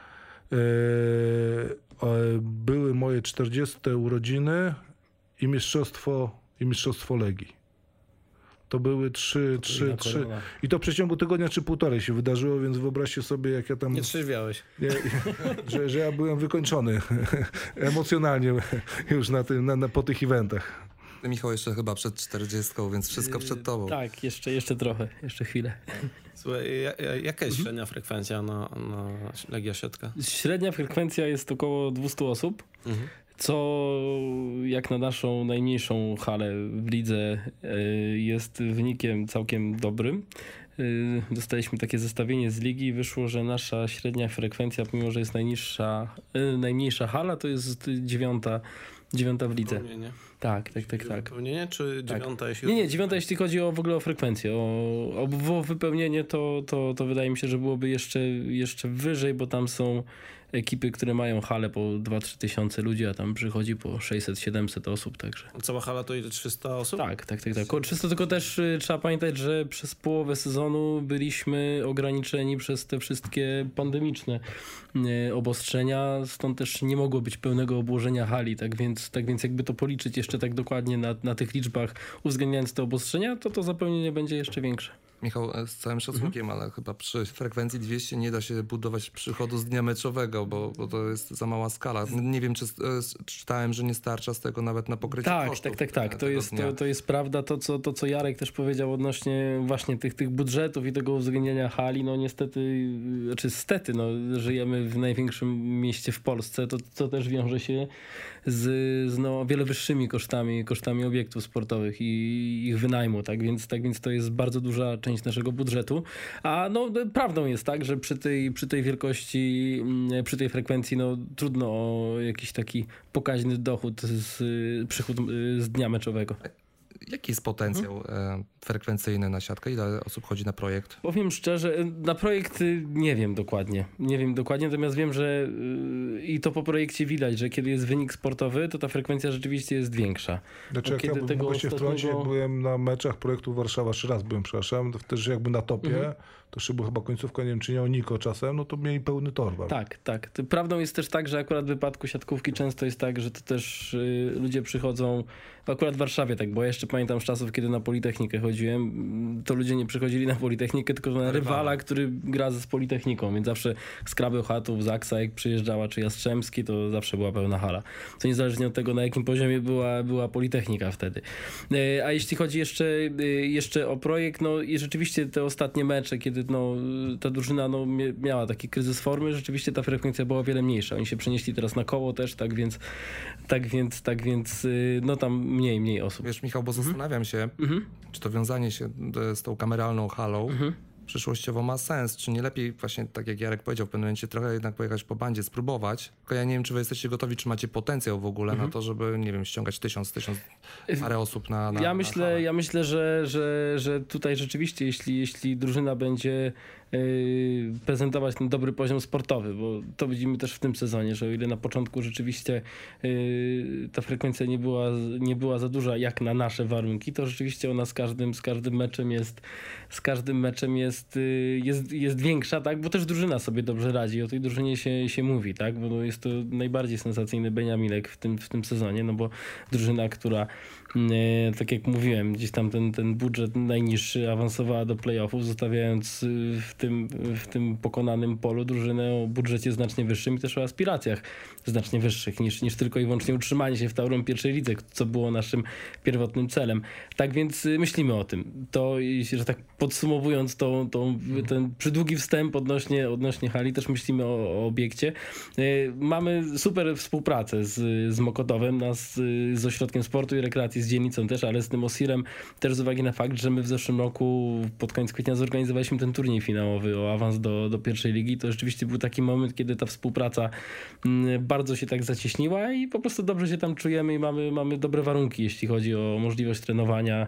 Były moje 40. urodziny i mistrzostwo Legii. To były 3. I to w przeciągu tygodnia czy półtorej się wydarzyło, więc wyobraźcie sobie, jak ja tam... Nie trzeźwiałeś. Że ja byłem wykończony emocjonalnie już po tych eventach. Michał jeszcze chyba przed 40, więc wszystko przed tobą. Tak, jeszcze trochę, jeszcze chwilę. Słuchaj, jaka jest średnia frekwencja na Legia Siatka? Średnia frekwencja jest około 200 osób. Co jak na naszą najmniejszą halę w lidze jest wynikiem całkiem dobrym. Dostaliśmy takie zestawienie z ligi i wyszło, że nasza średnia frekwencja, pomimo że jest najmniejsza hala, to jest dziewiąta w lidze. Wypełnienie. Tak. Wypełnienie czy dziewiąta, jeśli... Nie, dziewiąta, jeśli chodzi w ogóle o frekwencję. O wypełnienie to wydaje mi się, że byłoby jeszcze wyżej, bo tam są ekipy, które mają halę po 2-3 tysiące ludzi, a tam przychodzi po 600-700 osób, także. Cała hala to ile? 300 osób? Tak. Około 300, tylko też trzeba pamiętać, że przez połowę sezonu byliśmy ograniczeni przez te wszystkie pandemiczne obostrzenia, stąd też nie mogło być pełnego obłożenia hali, tak więc jakby to policzyć jeszcze tak dokładnie na tych liczbach, uwzględniając te obostrzenia, to zapełnienie będzie jeszcze większe. Michał, z całym szacunkiem, ale chyba przy frekwencji 200 nie da się budować przychodu z dnia meczowego, bo to jest za mała skala. Nie wiem, czy czytałem, że nie starcza z tego nawet na pokrycie kosztów. Tak. To jest prawda. To, co Jarek też powiedział odnośnie właśnie tych budżetów i tego uwzględniania hali. No niestety, żyjemy w największym mieście w Polsce. To też wiąże się z wiele wyższymi kosztami obiektów sportowych i ich wynajmu, tak więc to jest bardzo duża część naszego budżetu, a prawdą jest tak, że przy tej wielkości, przy tej frekwencji trudno o jakiś taki pokaźny przychód z dnia meczowego. Jaki jest potencjał frekwencyjny na siatkę? Ile osób chodzi na projekt? Powiem szczerze, na projekt nie wiem dokładnie. Nie wiem dokładnie, natomiast wiem, że i to po projekcie widać, że kiedy jest wynik sportowy, to ta frekwencja rzeczywiście jest większa. Znaczy, jak kiedy ja mogę się wtrącić, jak byłem na meczach projektu Warszawa, 3 razy byłem, przepraszam, to też jakby na topie, to jeszcze była chyba końcówka, nie wiem, czy nie Niko czasem, no to mieli pełny torwar. Tak. Prawdą jest też tak, że akurat w wypadku siatkówki często jest tak, że to też ludzie przychodzą, akurat w Warszawie tak, bo ja jeszcze pamiętam z czasów, kiedy na Politechnikę chodziłem, to ludzie nie przychodzili na Politechnikę, tylko na rywala, który gra z Politechniką, więc zawsze z Krabełchatów, Zaksa, jak przyjeżdżała, czy Jastrzębski, to zawsze była pełna hala. To niezależnie od tego, na jakim poziomie była Politechnika wtedy. A jeśli chodzi jeszcze o projekt, no i rzeczywiście te ostatnie mecze, kiedy ta drużyna miała taki kryzys formy, rzeczywiście ta frekwencja była o wiele mniejsza. Oni się przenieśli teraz na koło też, tak więc no tam mniej osób. Wiesz, Michał, bo zastanawiam się, czy to wiązanie się z tą kameralną halą przyszłościowo ma sens, czy nie lepiej właśnie, tak jak Jarek powiedział, w pewnym momencie trochę jednak pojechać po bandzie, spróbować. Tylko ja nie wiem, czy wy jesteście gotowi, czy macie potencjał w ogóle na to, żeby, nie wiem, ściągać 1000 parę osób na Ja myślę, że tutaj rzeczywiście, jeśli drużyna będzie prezentować ten dobry poziom sportowy, bo to widzimy też w tym sezonie, że o ile na początku rzeczywiście ta frekwencja nie była za duża jak na nasze warunki, to rzeczywiście ona z każdym meczem jest większa, tak? Bo też drużyna sobie dobrze radzi, o tej drużynie się mówi, tak? Bo jest to najbardziej sensacyjny Beniaminek w tym sezonie, no bo drużyna, która tak jak mówiłem, gdzieś tam ten budżet najniższy awansowała do playoffów, zostawiając w tym pokonanym polu drużynę o budżecie znacznie wyższym i też o aspiracjach znacznie wyższych niż tylko i wyłącznie utrzymanie się w Tauron pierwszej lidze, co było naszym pierwotnym celem. Tak więc myślimy o tym. To, że tak podsumowując ten przydługi wstęp odnośnie hali, też myślimy o obiekcie. Mamy super współpracę z Mokotowem, z Ośrodkiem Sportu i Rekreacji, z dzielnicą też, ale z tym OSIR-em też z uwagi na fakt, że my w zeszłym roku pod koniec kwietnia zorganizowaliśmy ten turniej finałowy o awans do pierwszej ligi. To rzeczywiście był taki moment, kiedy ta współpraca bardzo się tak zacieśniła i po prostu dobrze się tam czujemy i mamy dobre warunki, jeśli chodzi o możliwość trenowania,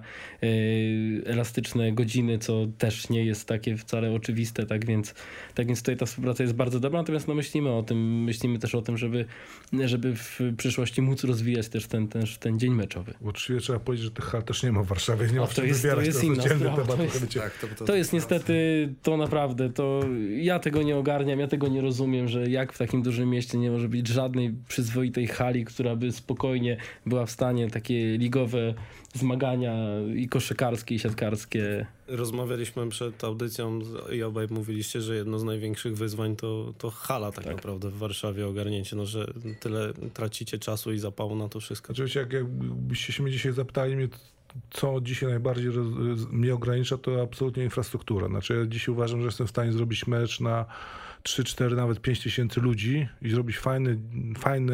elastyczne godziny, co też nie jest takie wcale oczywiste, tak więc tutaj ta współpraca jest bardzo dobra, natomiast myślimy też o tym, żeby w przyszłości móc rozwijać też ten dzień meczowy. Oczywiście trzeba powiedzieć, że tych hal też nie ma w Warszawie, nie ma w czym wybierać. To jest inna sprawa. To jest niestety niestety, to naprawdę, ja tego nie ogarniam, ja tego nie rozumiem, że jak w takim dużym mieście nie może być żadnej przyzwoitej hali, która by spokojnie była w stanie takie ligowe zmagania i koszykarskie, i siatkarskie. Rozmawialiśmy przed audycją i obaj mówiliście, że jedno z największych wyzwań to hala tak naprawdę w Warszawie ogarnięcie, no że tyle tracicie czasu i zapału na to wszystko. Oczywiście jakbyście się mnie dzisiaj zapytali mnie, co dzisiaj najbardziej mnie ogranicza, to absolutnie infrastruktura. Znaczy ja dzisiaj uważam, że jestem w stanie zrobić mecz na 3, 4, nawet 5 tysięcy ludzi i zrobić fajny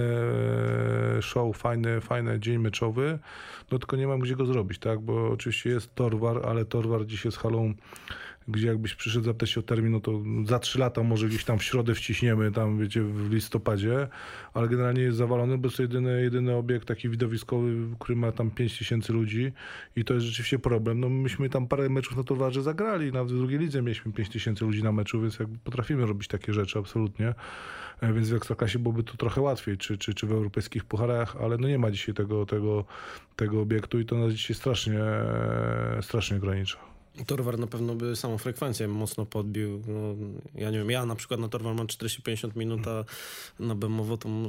show, fajny dzień meczowy, no tylko nie mam gdzie go zrobić, tak, bo oczywiście jest Torwar, ale Torwar dziś jest halą, gdzie jakbyś przyszedł zapytać się o termin, no to za 3 lata może gdzieś tam w środę wciśniemy, tam wiecie, w listopadzie, ale generalnie jest zawalony, bo to jest jedyny obiekt taki widowiskowy, który ma tam 5 tysięcy ludzi i to jest rzeczywiście problem. No myśmy tam parę meczów na Torwarze zagrali, nawet w drugiej lidze mieliśmy 5 tysięcy ludzi na meczu, więc jakby potrafimy robić takie rzeczy, absolutnie. Więc w Ekstraklasie byłoby to trochę łatwiej, czy w europejskich pucharach, ale no nie ma dzisiaj tego obiektu i to nas dzisiaj strasznie ogranicza. Torwar na pewno by samą frekwencję mocno podbił. No, ja nie wiem, ja na przykład na Torwar mam 40-50 minut, a na Bemowo to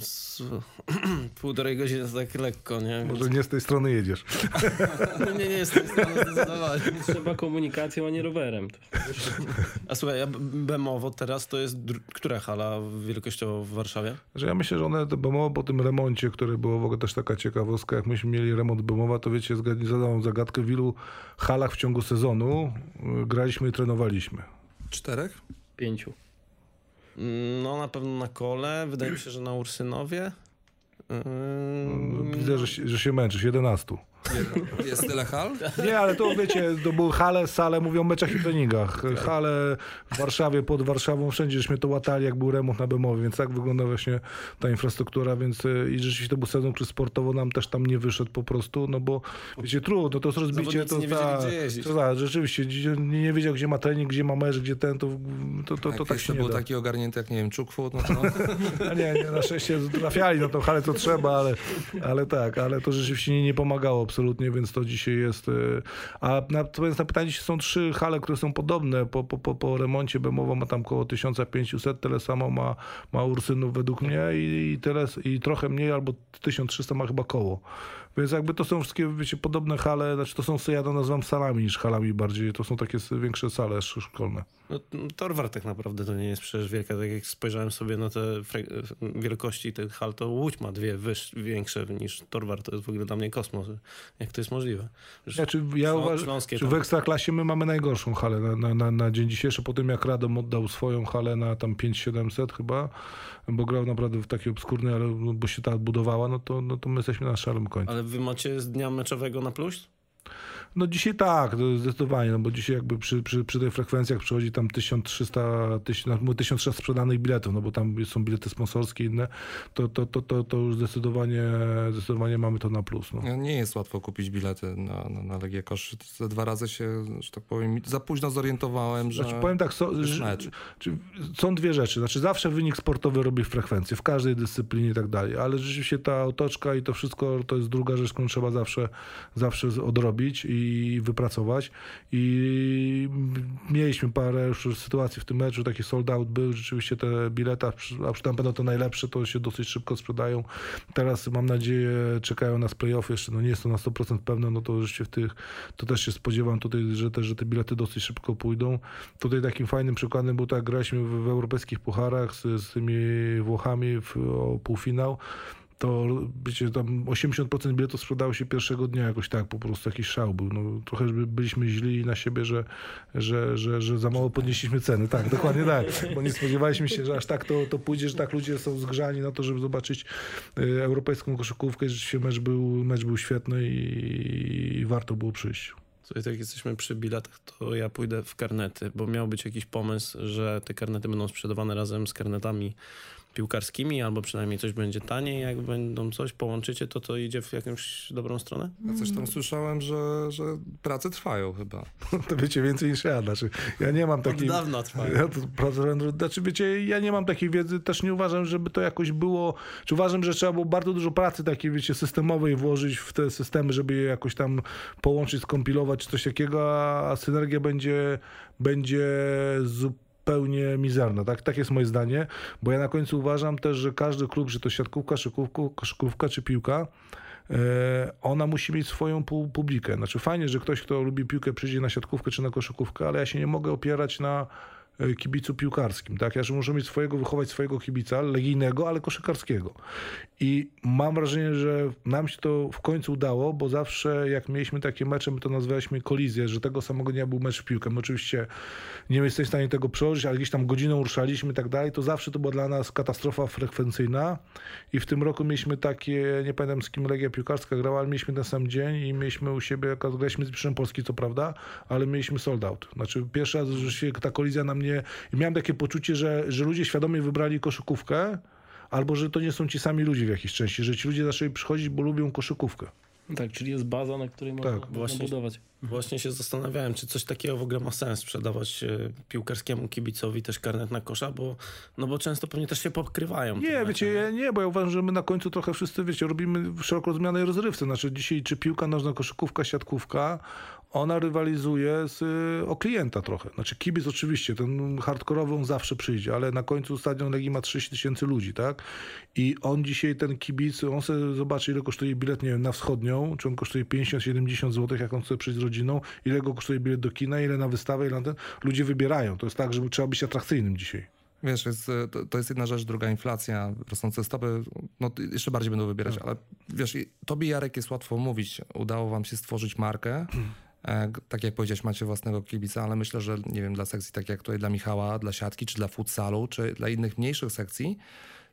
półtorej godziny tak lekko, nie? Może nie z tej strony jedziesz. No nie jest z tej strony zdecydowanie. Trzeba komunikacją, a nie rowerem. A słuchaj, Bemowo teraz to jest która hala wielkościowo w Warszawie? Że ja myślę, że one Bemowo po tym remoncie, który było w ogóle też taka ciekawostka, jak myśmy mieli remont Bemowa, to wiecie, zadałem zagadkę, w ilu halach w ciągu sezonu graliśmy i trenowaliśmy. 4? 5. No na pewno na Kole, wydaje mi się, że na Ursynowie. Widzę, że się męczysz, 11. Jest tyle hal? Nie, ale to wiecie, to były hale, sale, mówią o meczach i treningach. Hale w Warszawie, pod Warszawą, wszędzie żeśmy to łatali, jak był remont na Bemowie, więc tak wygląda właśnie ta infrastruktura, więc i rzeczywiście to był sezon, który sportowo nam też tam nie wyszedł po prostu, no bo wiecie, trudno, to jest rozbicie, to nie wiedzieli, gdzie jeździć. rzeczywiście, nie wiedział, gdzie ma trening, gdzie ma mecz, gdzie ten, to tak się nie był da. taki ogarnięty, jak nie wiem, Czukwu, no to... Nie, na szczęście trafiali na tą halę, to trzeba, ale to rzeczywiście nie pomagało absolutnie, więc to dzisiaj jest... A na pytanie, są 3 hale, które są podobne po remoncie. Bemowa ma tam około 1500, tyle samo ma Ursynów według mnie i trochę mniej, albo 1300 ma chyba Koło. Więc jakby to są wszystkie, wiecie, podobne hale, znaczy to są, ja to nazywam salami niż halami bardziej, to są takie większe sale szkolne. No, Torwar tak naprawdę to nie jest przecież wielka, tak jak spojrzałem sobie na te wielkości tych hal, to Łódź ma 2 większe niż Torwar, to jest w ogóle dla mnie kosmos. Jak to jest możliwe? Ja uważam, że w Ekstraklasie my mamy najgorszą halę na dzień dzisiejszy, po tym jak Radom oddał swoją halę na tam 5700 chyba, bo grał naprawdę w takiej obskurnej, ale bo się ta budowała, no to my jesteśmy na szarym końcu. Ale wy macie z dnia meczowego na plus? No dzisiaj tak, zdecydowanie, no bo dzisiaj jakby przy tych frekwencjach przychodzi tam 1300 sprzedanych biletów, no bo tam są bilety sponsorskie inne, to już zdecydowanie mamy to na plus. No. Nie jest łatwo kupić bilety na Legię Kosz. Te 2 razy się, że tak powiem, za późno zorientowałem, że powiem tak, są 2 rzeczy. Znaczy zawsze wynik sportowy robi frekwencję, w każdej dyscyplinie i tak dalej, ale rzeczywiście ta otoczka i to wszystko to jest druga rzecz, którą trzeba zawsze odrobić i wypracować. I mieliśmy parę już sytuacji w tym meczu, taki sold out był, rzeczywiście te bilety, a przy tam będą to najlepsze, to się dosyć szybko sprzedają. Teraz mam nadzieję, czekają nas play-off jeszcze, no nie jest to na 100% pewne, no to rzeczywiście to też się spodziewam tutaj, że te bilety dosyć szybko pójdą. Tutaj takim fajnym przykładem był tak, graliśmy w europejskich pucharach z tymi Włochami o półfinał. To wiecie, tam 80% biletów sprzedało się pierwszego dnia jakoś tak, po prostu jakiś szał był. No, trochę byliśmy źli na siebie, że za mało podnieśliśmy ceny. Tak, dokładnie tak, bo nie spodziewaliśmy się, że aż tak to pójdzie, że tak ludzie są zgrzani na to, żeby zobaczyć europejską koszykówkę. Rzeczywiście mecz był świetny i warto było przyjść. Słuchaj, tak jak jesteśmy przy biletach, to ja pójdę w karnety, bo miał być jakiś pomysł, że te karnety będą sprzedawane razem z karnetami piłkarskimi, albo przynajmniej coś będzie taniej, jak będą coś, połączycie, to idzie w jakąś dobrą stronę? Ja coś tam słyszałem, że prace trwają chyba. To wiecie więcej niż ja, znaczy ja nie mam takiej... Od dawna trwają. Znaczy wiecie, ja nie mam takiej wiedzy, też nie uważam, żeby to jakoś było, czy uważam, że trzeba było bardzo dużo pracy takiej, wiecie, systemowej włożyć w te systemy, żeby je jakoś tam połączyć, skompilować, czy coś takiego, a synergia będzie zupełnie mizerna. Tak jest moje zdanie, bo ja na końcu uważam też, że każdy klub, czy to siatkówka, koszykówka czy piłka, ona musi mieć swoją publikę. Znaczy fajnie, że ktoś, kto lubi piłkę, przyjdzie na siatkówkę czy na koszykówkę, ale ja się nie mogę opierać na kibicu piłkarskim, tak? Ja muszę mieć wychować swojego kibica, legijnego, ale koszykarskiego. I mam wrażenie, że nam się to w końcu udało, bo zawsze jak mieliśmy takie mecze, my to nazywaliśmy kolizję, że tego samego dnia był mecz w piłkę. My oczywiście nie jesteśmy w stanie tego przełożyć, ale gdzieś tam godziną ruszaliśmy i tak dalej, to zawsze to była dla nas katastrofa frekwencyjna i w tym roku mieliśmy takie, nie pamiętam z kim Legia Piłkarska grała, ale mieliśmy ten sam dzień i mieliśmy u siebie, graliśmy z mistrzem Polski, co prawda, ale mieliśmy sold out. Znaczy pierwszy raz, że się ta kolizja na mnie i miałem takie poczucie, że ludzie świadomie wybrali koszykówkę, albo że to nie są ci sami ludzie w jakiejś części, że ci ludzie zaczęli przychodzić, bo lubią koszykówkę. Tak, czyli jest baza, na której można budować. Właśnie się zastanawiałem, czy coś takiego w ogóle ma sens sprzedawać piłkarskiemu kibicowi też karnet na kosza, bo często pewnie też się pokrywają. Nie, wiecie, bo ja uważam, że my na końcu trochę wszyscy, wiecie, robimy szeroko rozumianej rozrywce. Znaczy dzisiaj czy piłka nożna, koszykówka, siatkówka, ona rywalizuje o klienta trochę. Znaczy kibic oczywiście, ten hardkorowy on zawsze przyjdzie, ale na końcu stadion Legii ma 30 000 ludzi, tak? I on dzisiaj, ten kibic, on sobie zobaczy, ile kosztuje bilet, nie wiem, na wschodnią, czy on kosztuje 50-70 zł, jak on chce przyjść z rodziną, ile go kosztuje bilet do kina, ile na wystawę, ile na ten. Ludzie wybierają. To jest tak, że trzeba być atrakcyjnym dzisiaj. Wiesz, to jest jedna rzecz, druga inflacja, rosnące stopy, no jeszcze bardziej będą wybierać, ale wiesz, tobie, Jarek, jest łatwo mówić, udało wam się stworzyć markę, tak jak powiedziałeś, macie własnego kibica, ale myślę, że nie wiem, dla sekcji tak jak tutaj dla Michała, dla siatki, czy dla futsalu, czy dla innych mniejszych sekcji,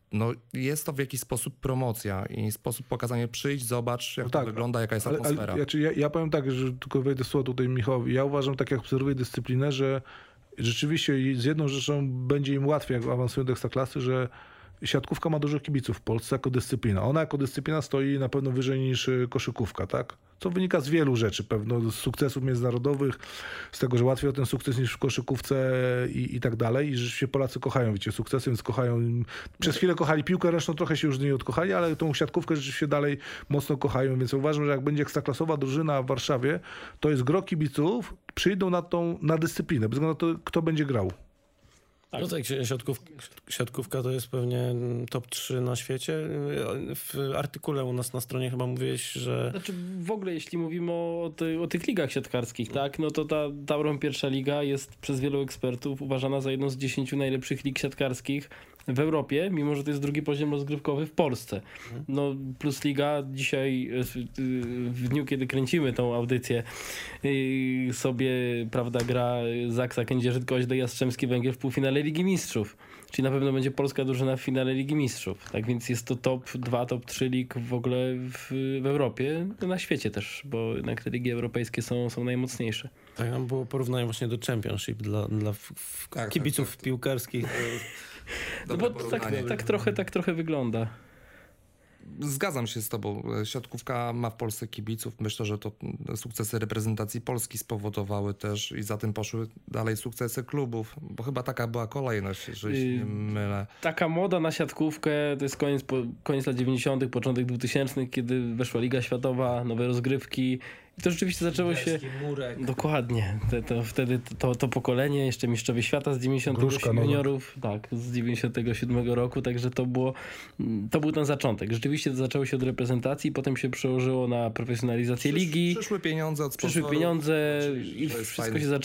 no jest to w jakiś sposób promocja i sposób pokazania, przyjdź, zobacz jak to wygląda, jaka jest atmosfera. Ja powiem tak, że tylko wejdę słowo tutaj Michałowi. Ja uważam, tak jak obserwuję dyscyplinę, że rzeczywiście z jedną rzeczą będzie im łatwiej, jak awansują do ekstraklasy, że siatkówka ma dużo kibiców w Polsce jako dyscyplina. Ona jako dyscyplina stoi na pewno wyżej niż koszykówka, tak? Co wynika z wielu rzeczy, pewno z sukcesów międzynarodowych, z tego, że łatwiej o ten sukces niż w koszykówce i tak dalej. I że się Polacy kochają, wiecie, sukcesy, więc kochają. Przez chwilę kochali piłkę ręczną, trochę się już z niej odkochali, ale tą siatkówkę rzeczywiście dalej mocno kochają, więc uważam, że jak będzie ekstraklasowa drużyna w Warszawie, to jest gro kibiców, przyjdą na dyscyplinę, bez względu na to, kto będzie grał. Tak. No tak, siatkówka to jest pewnie top 3 na świecie. W artykule u nas na stronie chyba mówiłeś, że... Znaczy w ogóle jeśli mówimy o tych ligach siatkarskich, tak, no to ta Tauron Pierwsza Liga jest przez wielu ekspertów uważana za jedną z 10 najlepszych lig siatkarskich w Europie, mimo że to jest drugi poziom rozgrywkowy w Polsce. No Plus Liga dzisiaj, w dniu kiedy kręcimy tą audycję, sobie, prawda, gra Zaksa Kędzierzyn-Koźle, Jastrzębski Węgiel w półfinale Ligi Mistrzów. Czyli na pewno będzie polska drużyna w finale Ligi Mistrzów. Tak więc jest to top 2, top 3 lig w ogóle w Europie, na świecie też, bo jednak te ligi europejskie są najmocniejsze. Tak, tam było porównanie właśnie do Championship dla kibiców piłkarskich. No bo tak trochę wygląda. Zgadzam się z tobą. Siatkówka ma w Polsce kibiców. Myślę, że to sukcesy reprezentacji Polski spowodowały też i za tym poszły dalej sukcesy klubów, bo chyba taka była kolejność, jeżeli się nie mylę. Taka moda na siatkówkę to jest koniec lat 90., początek 2000, kiedy weszła Liga Światowa, nowe rozgrywki. I to rzeczywiście zaczęło się... Murek. Dokładnie. Wtedy to pokolenie, jeszcze mistrzowie świata z 98 juniorów, tak, z 97 roku, także to był ten zaczątek. Rzeczywiście to zaczęło się od reprezentacji, potem się przełożyło na profesjonalizację ligi. Przyszły pieniądze od sponsorów. Przyszły pieniądze i wszystko się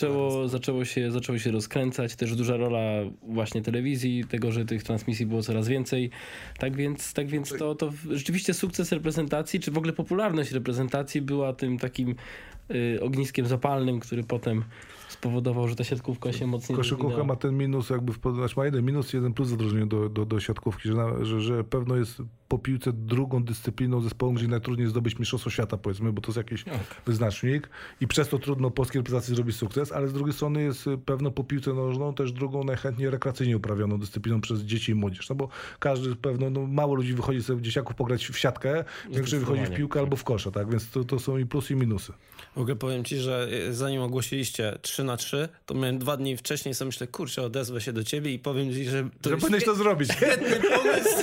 zaczęło się rozkręcać. Też duża rola właśnie telewizji, tego, że tych transmisji było coraz więcej. Tak więc to rzeczywiście sukces reprezentacji, czy w ogóle popularność reprezentacji była tym takim ogniskiem zapalnym, który potem spowodował, że ta siatkówka się mocniej Koszykówka rozwinęła. ma ten minus, ma jeden minus i jeden plus w odróżnieniu do siatkówki, że pewno jest po piłce drugą dyscypliną zespołu, gdzie najtrudniej zdobyć mistrzostwo świata, powiedzmy, bo to jest jakiś wyznacznik i przez to trudno polskiej reprezentacji zrobić sukces, ale z drugiej strony jest pewno po piłce nożną też drugą najchętniej rekreacyjnie uprawioną dyscypliną przez dzieci i młodzież, no bo każdy pewno, mało ludzi wychodzi sobie dzieciaków pograć w siatkę, większość wychodzi w piłkę albo w kosza, tak, więc to są i plusy i minusy. W ogóle powiem ci, że zanim ogłosiliście 3-3, to miałem 2 dni wcześniej, sobie myślę, kurczę, odezwę się do ciebie i powiem ci, że powinieneś to zrobić. Świetny pomysł.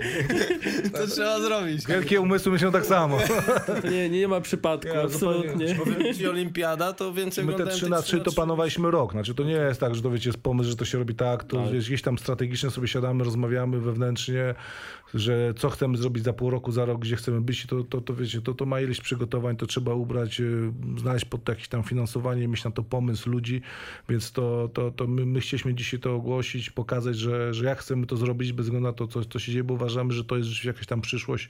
Dzięki. To trzeba zrobić. Wielkie umysły myślą tak samo. To nie ma przypadku, absolutnie. Powiem ci, olimpiada, to więcej my te 3-3 to planowaliśmy rok. Znaczy to nie jest tak, że to wiecie, jest pomysł, że to się robi tak, to wiesz, gdzieś tam strategicznie sobie siadamy, rozmawiamy wewnętrznie, że co chcemy zrobić za pół roku, za rok, gdzie chcemy być, to wiecie, to ma ileś przygotowań, to trzeba ubrać, znaleźć pod jakieś tam finansowanie, mieć na to pomysł ludzi, więc to my chcieliśmy dzisiaj to ogłosić, pokazać, że jak chcemy to zrobić bez względu na to, co się dzieje, bo uważamy, że to jest jakaś tam przyszłość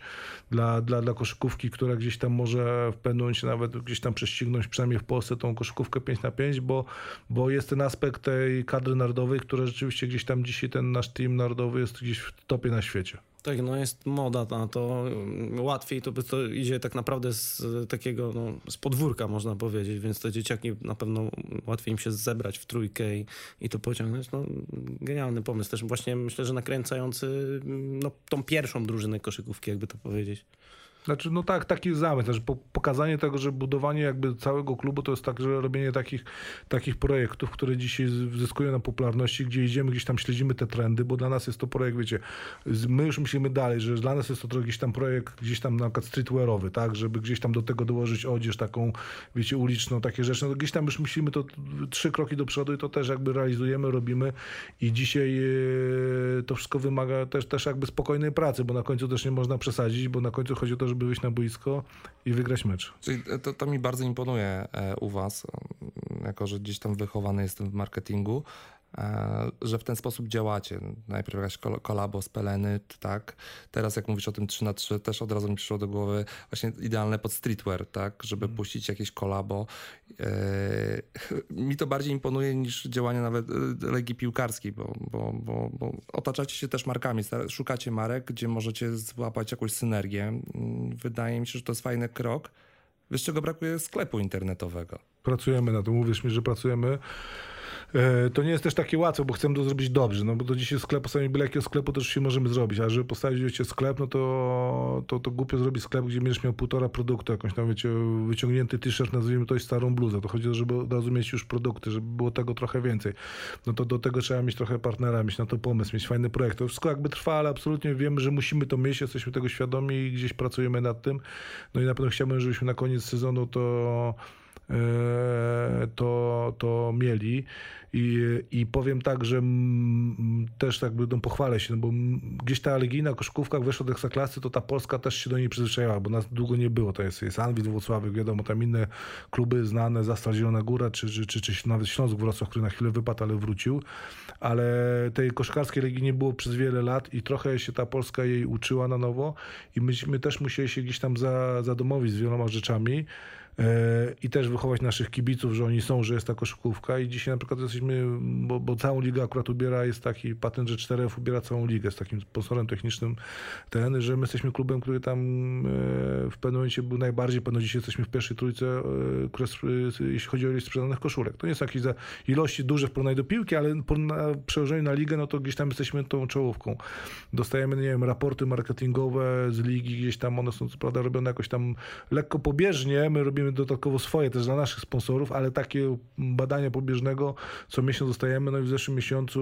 dla koszykówki, która gdzieś tam może w pewnym momencie nawet gdzieś tam prześcignąć, przynajmniej w Polsce, tą koszykówkę 5x5, bo jest ten aspekt tej kadry narodowej, która rzeczywiście gdzieś tam dzisiaj ten nasz team narodowy jest gdzieś w topie na świecie. Tak, no jest moda na to. Łatwiej to idzie tak naprawdę z takiego, z podwórka można powiedzieć, więc te dzieciaki na pewno łatwiej im się zebrać w trójkę i to pociągnąć. No, genialny pomysł. Też właśnie myślę, że nakręcający tą pierwszą drużynę koszykówki, jakby to powiedzieć. Znaczy, no tak, taki zamysł, znaczy pokazanie tego, że budowanie jakby całego klubu to jest tak, że robienie takich projektów, które dzisiaj zyskują na popularności, gdzie idziemy, gdzieś tam śledzimy te trendy, bo dla nas jest to projekt, wiecie, my już myślimy dalej, że dla nas jest to jakiś tam projekt gdzieś tam na przykład streetwearowy, tak, żeby gdzieś tam do tego dołożyć odzież taką, wiecie, uliczną, takie rzeczy, no gdzieś tam już myślimy to 3 kroki do przodu i to też jakby realizujemy, robimy i dzisiaj to wszystko wymaga też jakby spokojnej pracy, bo na końcu też nie można przesadzić, bo na końcu chodzi o to, żeby wyjść na boisko i wygrać mecz. Czyli to mi bardzo imponuje u was, jako że gdzieś tam wychowany jestem w marketingu. że w ten sposób działacie. Najpierw jakaś kolabo z Peleny, tak? Teraz jak mówisz o tym 3x3, też od razu mi przyszło do głowy właśnie idealne pod streetwear, tak? Żeby puścić jakieś kolabo. Mi to bardziej imponuje niż działania nawet Legii Piłkarskiej, bo otaczacie się też markami, szukacie marek, gdzie możecie złapać jakąś synergię. Wydaje mi się, że to jest fajny krok. Wiesz, czego brakuje? Sklepu internetowego. Pracujemy na tym, uwierz mi, że pracujemy. To nie jest też takie łatwe, bo chcemy to zrobić dobrze, no bo do dzisiaj sklepu, sami byle jakiego sklepu to już się możemy zrobić, a żeby postawić, wiecie, sklep, no to głupio zrobić sklep, gdzie będziesz miał 1,5 produktu, jakąś tam, wiecie, wyciągnięty t-shirt, nazwijmy to, i starą bluzę. To chodzi o to, żeby od razu mieć już produkty, żeby było tego trochę więcej. No to do tego trzeba mieć trochę partnera, mieć na to pomysł, mieć fajny projekt. To wszystko jakby trwa, ale absolutnie wiemy, że musimy to mieć, jesteśmy tego świadomi i gdzieś pracujemy nad tym. No i na pewno chciałbym, żebyśmy na koniec sezonu to mieli i powiem tak, że też tak będą pochwalę się, no bo gdzieś ta legijna koszykówka weszła do Ekstraklasy, to ta Polska też się do niej przyzwyczaiła, bo nas długo nie było. To jest Anwil, Włocławek, wiadomo, tam inne kluby znane, Zastal Zielona Góra, czy nawet Śląsk Wrocław, który na chwilę wypadł, ale wrócił. Ale tej koszykarskiej legii nie było przez wiele lat i trochę się ta Polska jej uczyła na nowo i myśmy też musieli się gdzieś tam zadomowić z wieloma rzeczami. I też wychować naszych kibiców, że oni są, że jest ta koszykówka i dzisiaj na przykład jesteśmy, bo całą ligę akurat ubiera, jest taki patent, że 4F ubiera całą ligę z takim sponsorem technicznym że my jesteśmy klubem, który tam w pewnym momencie był najbardziej, pewno dzisiaj jesteśmy w pierwszej trójce, jeśli chodzi o ilość sprzedanych koszulek. To nie są jakieś ilości duże w porównaniu do piłki, ale po przełożeniu na ligę, no to gdzieś tam jesteśmy tą czołówką. Dostajemy, nie wiem, raporty marketingowe z ligi, gdzieś tam one są co prawda robione jakoś tam lekko pobieżnie, my robimy dodatkowo swoje też dla naszych sponsorów, ale takie badania pobieżnego co miesiąc dostajemy, no i w zeszłym miesiącu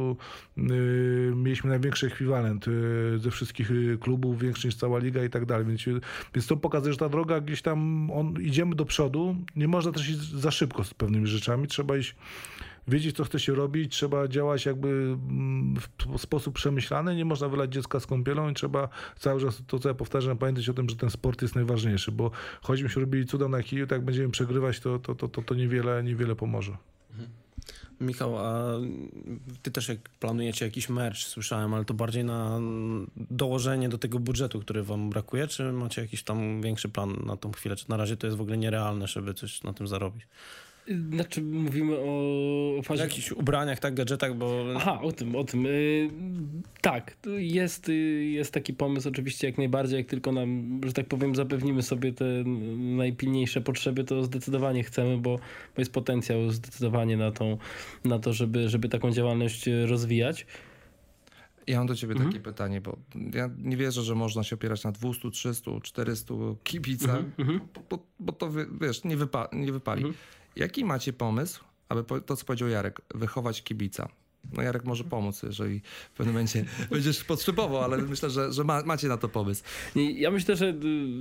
mieliśmy największy ekwiwalent ze wszystkich klubów, większy niż cała liga i tak dalej, więc to pokazuje, że ta droga gdzieś tam, idziemy do przodu, nie można też iść za szybko z pewnymi rzeczami, trzeba iść wiedzieć, co chce się robić, trzeba działać jakby w sposób przemyślany, nie można wylać dziecka z kąpielą i trzeba cały czas, to co ja powtarzam, pamiętać o tym, że ten sport jest najważniejszy, bo choćbyśmy się robili cuda na kiju, tak jak będziemy przegrywać, to niewiele pomoże. Michał, a ty też jak planujecie jakiś merch, słyszałem, ale to bardziej na dołożenie do tego budżetu, który wam brakuje, czy macie jakiś tam większy plan na tą chwilę, czy na razie to jest w ogóle nierealne, żeby coś na tym zarobić? Znaczy mówimy o fazie... jakichś ubraniach, tak, gadżetach, bo... Aha, o tym. Tak, jest taki pomysł oczywiście jak najbardziej, jak tylko nam, że tak powiem, zapewnimy sobie te najpilniejsze potrzeby, to zdecydowanie chcemy, bo jest potencjał zdecydowanie na to, żeby taką działalność rozwijać. Ja mam do ciebie takie pytanie, bo ja nie wierzę, że można się opierać na 200, 300, 400 kibicach, bo to, wiesz, nie wypali. Jaki macie pomysł, aby to, co powiedział Jarek, wychować kibica? No Jarek może pomóc, jeżeli w pewnym momencie będziesz potrzebował, ale myślę, że macie na to pomysł. Ja myślę, że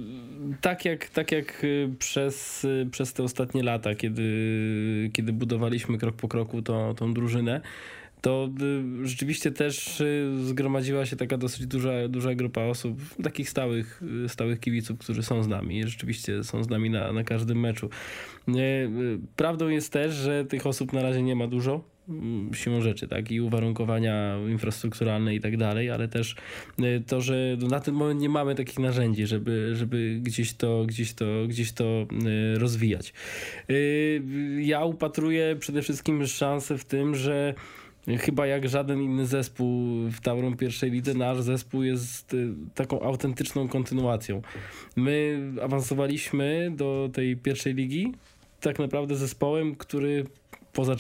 tak jak przez te ostatnie lata, kiedy budowaliśmy krok po kroku tą drużynę, to rzeczywiście też zgromadziła się taka dosyć duża grupa osób, takich stałych kibiców, którzy są z nami i rzeczywiście są z nami na każdym meczu. Prawdą jest też, że tych osób na razie nie ma dużo, siłą rzeczy, tak, i uwarunkowania infrastrukturalne i tak dalej, ale też to, że na ten moment nie mamy takich narzędzi, żeby gdzieś to rozwijać. Ja upatruję przede wszystkim szansę w tym, że chyba jak żaden inny zespół w Tauron pierwszej lidze, nasz zespół jest taką autentyczną kontynuacją. My awansowaliśmy do tej pierwszej ligi tak naprawdę zespołem, który poza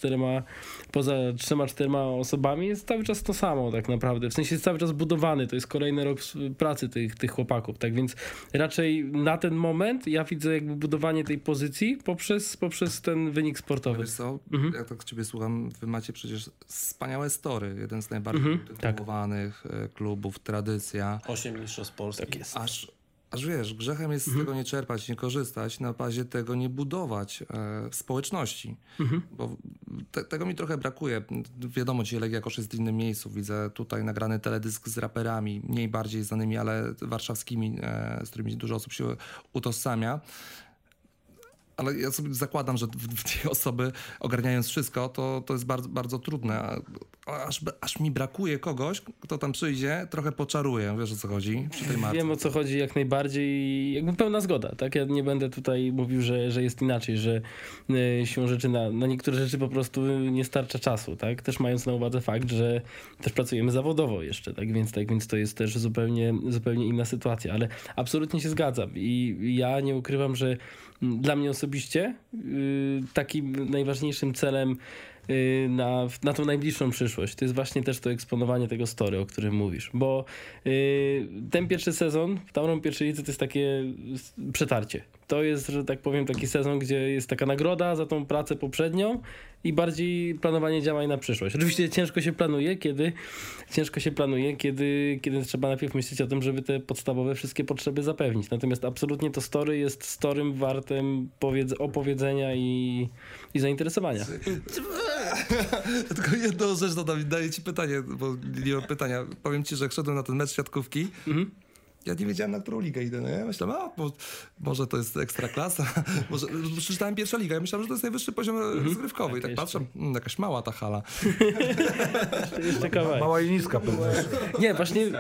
trzema, czterema osobami jest cały czas to samo tak naprawdę. W sensie jest cały czas budowany. To jest kolejny rok pracy tych chłopaków. Tak więc raczej na ten moment ja widzę jakby budowanie tej pozycji poprzez ten wynik sportowy. Wiesz co, jak tak ciebie słucham, wy macie przecież wspaniałe story. Jeden z najbardziej tytułowanych klubów, tradycja. 8 mistrzostw Polski. Tak jest. Aż wiesz, grzechem jest z tego nie czerpać, nie korzystać, na bazie tego nie budować społeczności. Bo tego mi trochę brakuje. Wiadomo, dzisiaj Legia Kosz jest w innym miejscu. Widzę tutaj nagrany teledysk z raperami, mniej bardziej znanymi, ale warszawskimi, z którymi dużo osób się utożsamia. Ale ja sobie zakładam, że dwie osoby ogarniając wszystko, to jest bardzo, bardzo trudne. Aż mi brakuje kogoś, kto tam przyjdzie, trochę poczaruje. Wiesz, o co chodzi przy tej marce. Wiem, o co chodzi jak najbardziej. Jakby pełna zgoda, tak? Ja nie będę tutaj mówił, że jest inaczej, że siłą rzeczy na niektóre rzeczy po prostu nie starcza czasu, tak? Też mając na uwadze fakt, że też pracujemy zawodowo jeszcze, tak? Więc to jest też zupełnie inna sytuacja, ale absolutnie się zgadzam i ja nie ukrywam, że dla mnie osobiście takim najważniejszym celem na tą najbliższą przyszłość to jest właśnie też to eksponowanie tego story, o którym mówisz, bo ten pierwszy sezon w Tauron pierwszej lidze to jest takie przetarcie. To jest, że tak powiem, taki sezon, gdzie jest taka nagroda za tą pracę poprzednią i bardziej planowanie działań na przyszłość. Oczywiście ciężko się planuje, kiedy trzeba najpierw myśleć o tym, żeby te podstawowe wszystkie potrzeby zapewnić. Natomiast absolutnie to story jest storym wartym opowiedzenia i zainteresowania. Tylko jedną rzecz dodam, daję ci pytanie, bo nie mam pytania. Powiem ci, że jak szedłem na ten mecz siatkówki, ja nie wiedziałem, na którą ligę idę. Nie? Myślałem, może to jest Ekstraklasa, może przeczytałem pierwsza liga. Ja myślałem, że to jest najwyższy poziom rozgrywkowy. I tak patrzę, jakaś mała ta hala. Jeszcze kawałek. Mała i niska pewnie. Nie,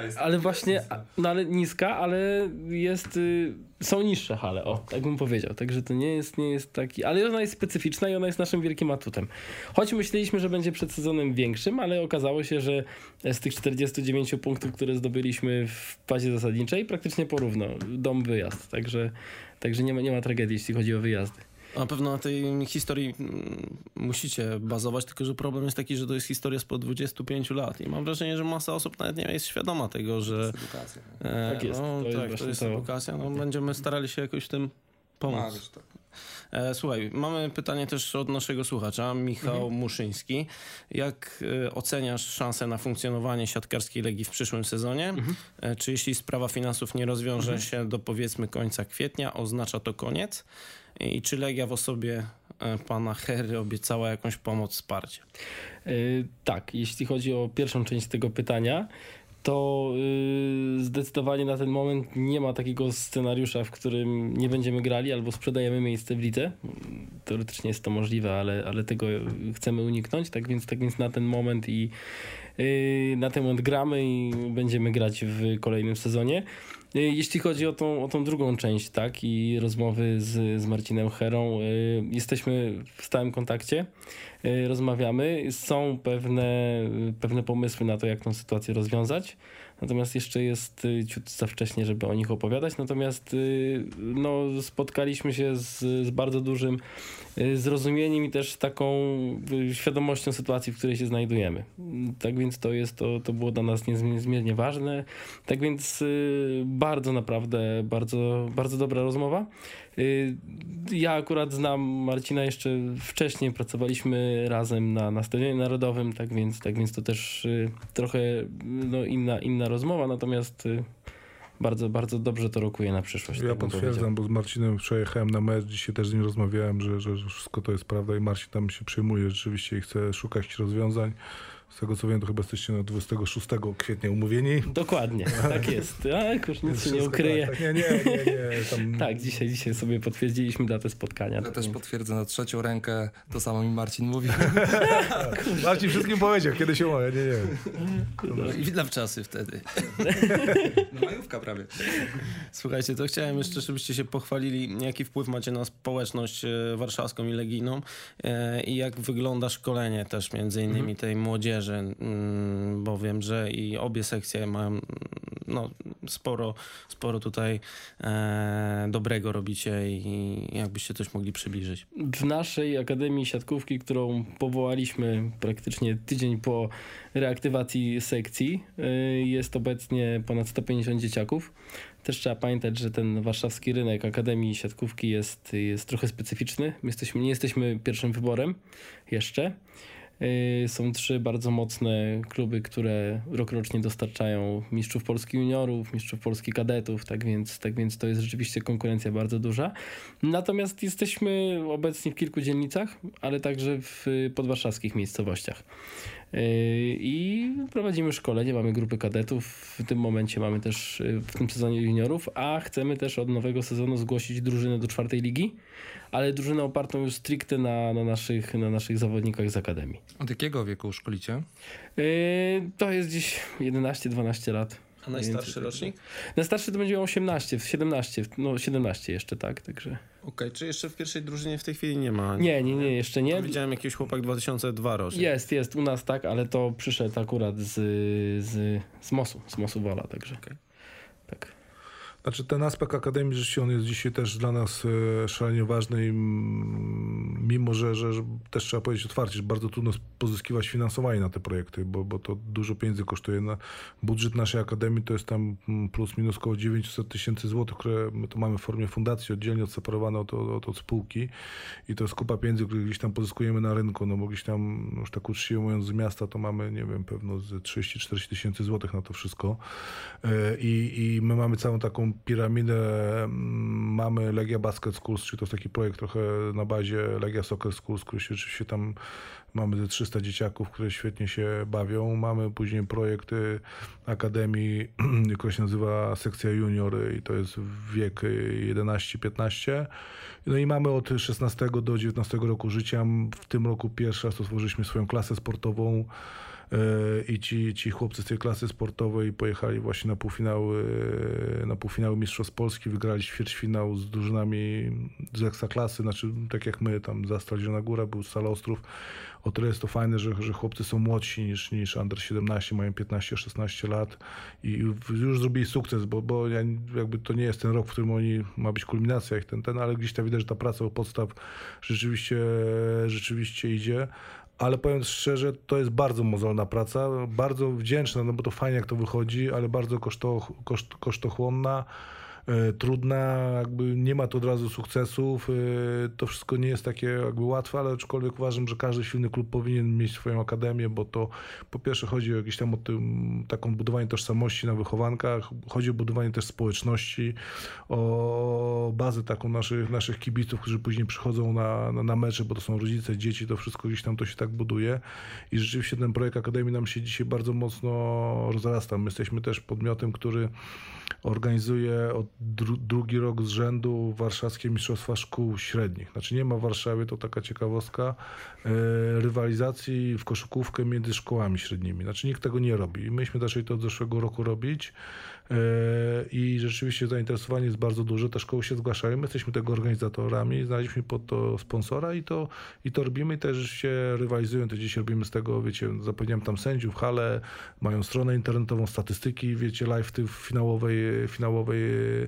ale niska, ale jest... Są niższe hale, tak bym powiedział. Także to nie jest taki... Ale ona jest specyficzna i ona jest naszym wielkim atutem. Choć myśleliśmy, że będzie przed sezonem większym, ale okazało się, że z tych 49 punktów, które zdobyliśmy w fazie zasadniczej, praktycznie porówno. Dom, wyjazd. Także nie ma tragedii, jeśli chodzi o wyjazdy. Na pewno na tej historii musicie bazować, tylko że problem jest taki, że to jest historia spod 25 lat i mam wrażenie, że masa osób nawet nie jest świadoma tego, że... To jest edukacja. Tak jest. To jest edukacja. Będziemy starali się jakoś w tym pomóc. Słuchaj, mamy pytanie też od naszego słuchacza, Michał Muszyński. Jak oceniasz szansę na funkcjonowanie siatkarskiej Legii w przyszłym sezonie? Czy jeśli sprawa finansów nie rozwiąże się do powiedzmy końca kwietnia, oznacza to koniec? I czy Legia w osobie pana Hery obiecała jakąś pomoc, wsparcie? Tak, jeśli chodzi o pierwszą część tego pytania, to zdecydowanie na ten moment nie ma takiego scenariusza, w którym nie będziemy grali albo sprzedajemy miejsce w lidze. Teoretycznie jest to możliwe, ale tego chcemy uniknąć, tak więc na ten moment na ten moment gramy i będziemy grać w kolejnym sezonie. Jeśli chodzi o tą drugą część, tak, i rozmowy z Marcinem Herą, jesteśmy w stałym kontakcie, rozmawiamy, są pewne pomysły na to, jak tą sytuację rozwiązać, natomiast jeszcze jest ciut za wcześnie, żeby o nich opowiadać, natomiast spotkaliśmy się z bardzo dużym zrozumieniem i też taką świadomością sytuacji, w której się znajdujemy. Tak więc to było dla nas niezmiernie ważne. Tak więc naprawdę bardzo dobra rozmowa. Ja akurat znam Marcina jeszcze wcześniej, pracowaliśmy razem na Stadionie Narodowym, tak więc to też trochę inna rozmowa, natomiast bardzo, bardzo dobrze to rokuje na przyszłość. Ja tak potwierdzam, bo z Marcinem przejechałem na mecz, dzisiaj też z nim rozmawiałem, że wszystko to jest prawda i Marcin tam się przejmuje rzeczywiście i chce szukać rozwiązań. Z tego co wiem, to chyba jesteście na 26 kwietnia umówieni. Dokładnie, tak jest. Już nic się nie ukryje. Tak. Nie. Tam... Tak, dzisiaj sobie potwierdziliśmy datę spotkania. Ja też potwierdzę na trzecią rękę, to samo mi Marcin mówi. Marcin wszystkim powiedział, kiedy się umawia, nie. I zawczasy wtedy. Majówka prawie. Słuchajcie, to chciałem jeszcze, żebyście się pochwalili, jaki wpływ macie na społeczność warszawską i legijną i jak wygląda szkolenie też między innymi tej młodzieży, bo wiem, że i obie sekcje mają sporo tutaj dobrego robicie i jakbyście coś mogli przybliżyć. W naszej Akademii Siatkówki, którą powołaliśmy praktycznie tydzień po reaktywacji sekcji, jest obecnie ponad 150 dzieciaków. Też trzeba pamiętać, że ten warszawski rynek Akademii Siatkówki jest trochę specyficzny. Nie jesteśmy pierwszym wyborem jeszcze. Są 3 bardzo mocne kluby, które rokrocznie dostarczają mistrzów Polski juniorów, mistrzów Polski kadetów, tak więc to jest rzeczywiście konkurencja bardzo duża. Natomiast jesteśmy obecni w kilku dzielnicach, ale także w podwarszawskich miejscowościach. I prowadzimy szkolenie, mamy grupy kadetów, w tym momencie mamy też w tym sezonie juniorów, a chcemy też od nowego sezonu zgłosić drużynę do 4. ligi, ale drużynę opartą już stricte na naszych zawodnikach z akademii. Od jakiego wieku szkolicie? To jest gdzieś 11-12 lat. A najstarszy rocznik? Najstarszy to będzie 18, 17, no 17 jeszcze, tak, także... Okej, czy jeszcze w pierwszej drużynie w tej chwili nie ma? Nie, jeszcze nie. Widziałem jakiś chłopak 2002 rocznik. Jest u nas, tak, ale to przyszedł akurat z MOS-u Wola, także tak. Znaczy ten aspekt akademii rzeczywiście on jest dzisiaj też dla nas szalenie ważny i mimo, że też trzeba powiedzieć otwarcie, że bardzo trudno pozyskiwać finansowanie na te projekty, bo to dużo pieniędzy kosztuje. Budżet naszej akademii to jest tam plus minus około 900 tysięcy złotych, które my to mamy w formie fundacji oddzielnie odseparowane od spółki i to jest kupa pieniędzy, które gdzieś tam pozyskujemy na rynku, no bo gdzieś tam już tak uczciwie mówiąc z miasta to mamy, nie wiem, pewno z 30-40 tysięcy złotych na to wszystko i my mamy całą taką piramidę, mamy Legia Basket Schools, czyli to jest taki projekt trochę na bazie Legia Soccer Schools, który się oczywiście tam mamy ze 300 dzieciaków, które świetnie się bawią. Mamy później projekty Akademii, która się nazywa sekcja junior i to jest wiek 11-15. No i mamy od 16 do 19 roku życia. W tym roku pierwszy raz otworzyliśmy swoją klasę sportową. I ci chłopcy z tej klasy sportowej pojechali właśnie na półfinały Mistrzostw Polski, wygrali ćwierćfinał z drużynami z Ekstraklasy, znaczy tak jak my, tam Zastal Zielona Góra, był Stal Ostrów. O tyle jest to fajne, że chłopcy są młodsi niż Under 17, mają 15-16 lat i już zrobili sukces, bo jakby to nie jest ten rok, w którym ma być kulminacja ich ale gdzieś tam widać, że ta praca u podstaw rzeczywiście idzie. Ale powiem szczerze, to jest bardzo mozolna praca, bardzo wdzięczna, no bo to fajnie jak to wychodzi, ale bardzo kosztochłonna, trudna, jakby nie ma tu od razu sukcesów, to wszystko nie jest takie jakby łatwe, ale aczkolwiek uważam, że każdy silny klub powinien mieć swoją akademię, bo to po pierwsze chodzi o jakieś tam taką budowanie tożsamości na wychowankach, chodzi o budowanie też społeczności, o bazę taką naszych kibiców, którzy później przychodzą na mecze, bo to są rodzice, dzieci, to wszystko gdzieś tam to się tak buduje i rzeczywiście ten projekt Akademii nam się dzisiaj bardzo mocno rozrasta. My jesteśmy też podmiotem, który organizuje od drugi rok z rzędu warszawskie mistrzostwa szkół średnich. Znaczy nie ma w Warszawie, to taka ciekawostka, rywalizacji w koszykówkę między szkołami średnimi. Znaczy nikt tego nie robi. Myśmy zaczęli to od zeszłego roku robić i rzeczywiście zainteresowanie jest bardzo duże. Te szkoły się zgłaszają, my jesteśmy tego organizatorami, znaleźliśmy pod to sponsora i to robimy i też się rywalizują. To dziś robimy z tego, wiecie, zapewniam tam sędziów, hale, mają stronę internetową, statystyki, wiecie, live w finałowej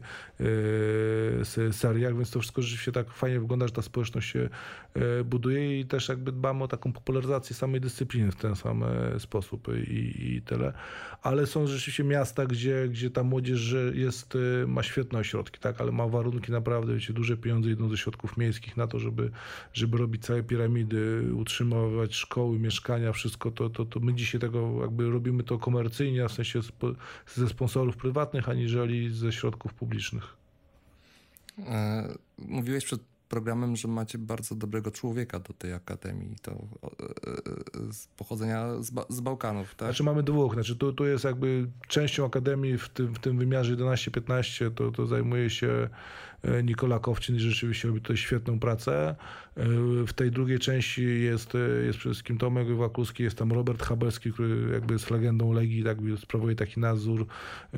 seriach, więc to wszystko rzeczywiście tak fajnie wygląda, że ta społeczność się buduje i też jakby dbamy o taką popularyzację samej dyscypliny w ten sam sposób i tyle. Ale są rzeczywiście miasta, gdzie ta młodzież ma świetne ośrodki, tak, ale ma warunki naprawdę, wiecie, duże pieniądze idą ze środków miejskich na to, żeby robić całe piramidy, utrzymywać szkoły, mieszkania, wszystko to my dzisiaj tego jakby robimy to komercyjnie, w sensie ze sponsorów prywatnych, aniżeli ze środków publicznych. Mówiłeś przed programem, że macie bardzo dobrego człowieka do tej akademii, to z pochodzenia z Bałkanów, tak? Znaczy mamy dwóch, znaczy tu jest jakby częścią akademii w tym wymiarze 11-15, to zajmuje się Nikola Kowczyn i rzeczywiście robi tutaj świetną pracę. W tej drugiej części jest przede wszystkim Tomek Wakulski, jest tam Robert Habelski, który jakby jest legendą Legii, jakby sprawuje taki nadzór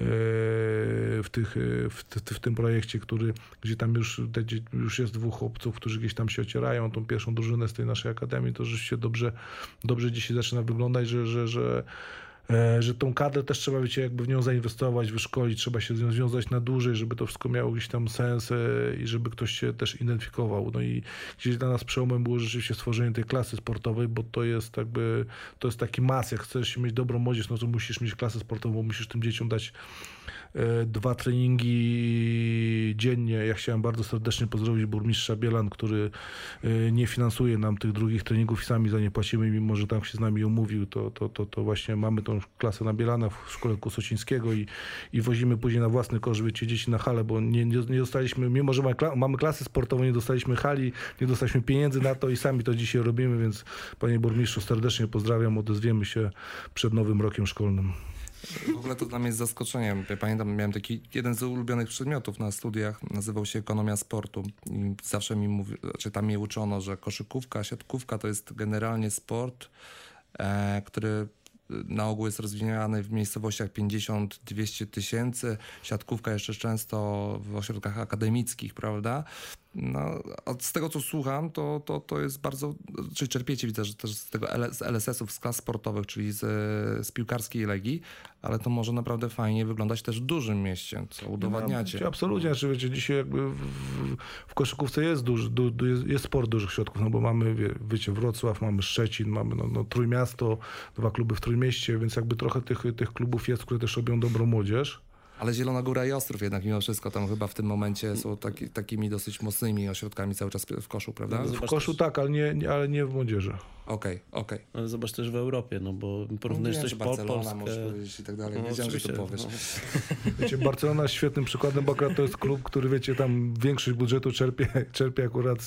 w tym projekcie, gdzie tam już jest dwóch chłopców, którzy gdzieś tam się ocierają tą pierwszą drużynę z tej naszej akademii, to rzeczywiście dobrze dzisiaj zaczyna wyglądać, że tą kadrę też trzeba, wiecie, jakby w nią zainwestować, wyszkolić, trzeba się z nią związać na dłużej, żeby to wszystko miało jakiś tam sens i żeby ktoś się też identyfikował. No i gdzieś dla nas przełomem było rzeczywiście stworzenie tej klasy sportowej, bo to jest taki mas, jak chcesz mieć dobrą młodzież, no to musisz mieć klasę sportową, musisz tym dzieciom 2 treningi dziennie. Ja chciałem bardzo serdecznie pozdrowić burmistrza Bielan, który nie finansuje nam tych drugich treningów i sami za nie płacimy, mimo że tam się z nami umówił, to właśnie mamy tą klasę na Bielana w szkole Kusocińskiego i wozimy później na własny koszt, wiecie, dzieci na halę, bo nie dostaliśmy, mimo że mamy klasę sportową, nie dostaliśmy hali, nie dostaliśmy pieniędzy na to i sami to dzisiaj robimy, więc panie burmistrzu serdecznie pozdrawiam, odezwiemy się przed nowym rokiem szkolnym. W ogóle to dla mnie jest zaskoczeniem. Ja pamiętam, miałem taki jeden z ulubionych przedmiotów na studiach, nazywał się ekonomia sportu. I zawsze tam mnie uczono, że koszykówka, siatkówka to jest generalnie sport, który na ogół jest rozwijany w miejscowościach 50-200 tysięcy. Siatkówka jeszcze często w ośrodkach akademickich, prawda? No, a z tego, co słucham, to jest bardzo... Czyli czerpiecie, widzę, że też z tego z LSS-ów, z klas sportowych, czyli z piłkarskiej Legii, ale to może naprawdę fajnie wyglądać też w dużym mieście, co udowadniacie. No, absolutnie, znaczy, wiecie, dzisiaj jakby w koszykówce jest jest sport dużych środków, no bo mamy, wiecie, Wrocław, mamy Szczecin, mamy Trójmiasto, 2 kluby w Trójmieście, więc jakby trochę tych klubów jest, które też robią dobrą młodzież. Ale Zielona Góra i Ostrów jednak mimo wszystko tam chyba w tym momencie są takimi dosyć mocnymi ośrodkami cały czas w koszu, prawda? W koszu tak, ale nie w młodzieży. Okej. Ale zobacz też w Europie, no bo porównujesz coś Barcelona, możesz powiedzieć i tak dalej. Wiedziałem, że to powiesz. No. Wiecie, Barcelona jest świetnym przykładem, bo akurat to jest klub, który, wiecie, tam większość budżetu czerpie akurat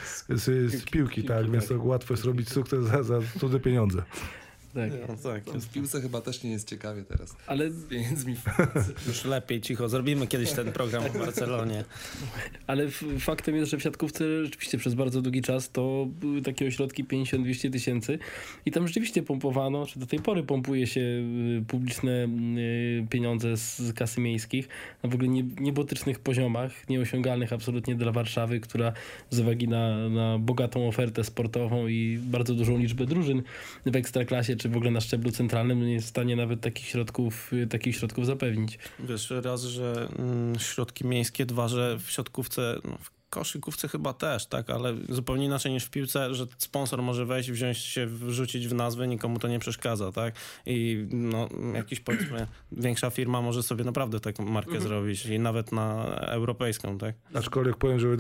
z piłki, tak, więc to łatwo jest robić sukces za cudze pieniądze. Tak. No, tak. W piłce chyba też nie jest ciekawie teraz. Ale z pieniędzmi. Już lepiej, cicho, zrobimy kiedyś ten program w Barcelonie. Ale faktem jest, że w siatkówce rzeczywiście przez bardzo długi czas to były takie ośrodki 50-200 tysięcy i tam rzeczywiście pompowano, czy do tej pory pompuje się publiczne pieniądze z kasy miejskich na w ogóle niebotycznych poziomach, nieosiągalnych absolutnie dla Warszawy, która z uwagi na bogatą ofertę sportową i bardzo dużą liczbę drużyn w Ekstraklasie, czy w ogóle na szczeblu centralnym nie jest w stanie nawet takich środków zapewnić. Wiesz, raz, że środki miejskie, 2, że w siatkówce, w koszykówce chyba też, tak, ale zupełnie inaczej niż w piłce, że sponsor może wejść, wziąć się, wrzucić w nazwę, nikomu to nie przeszkadza, tak? I no, jakiś, powiedzmy, większa firma może sobie naprawdę taką markę zrobić i nawet na europejską, tak? Aczkolwiek powiem, że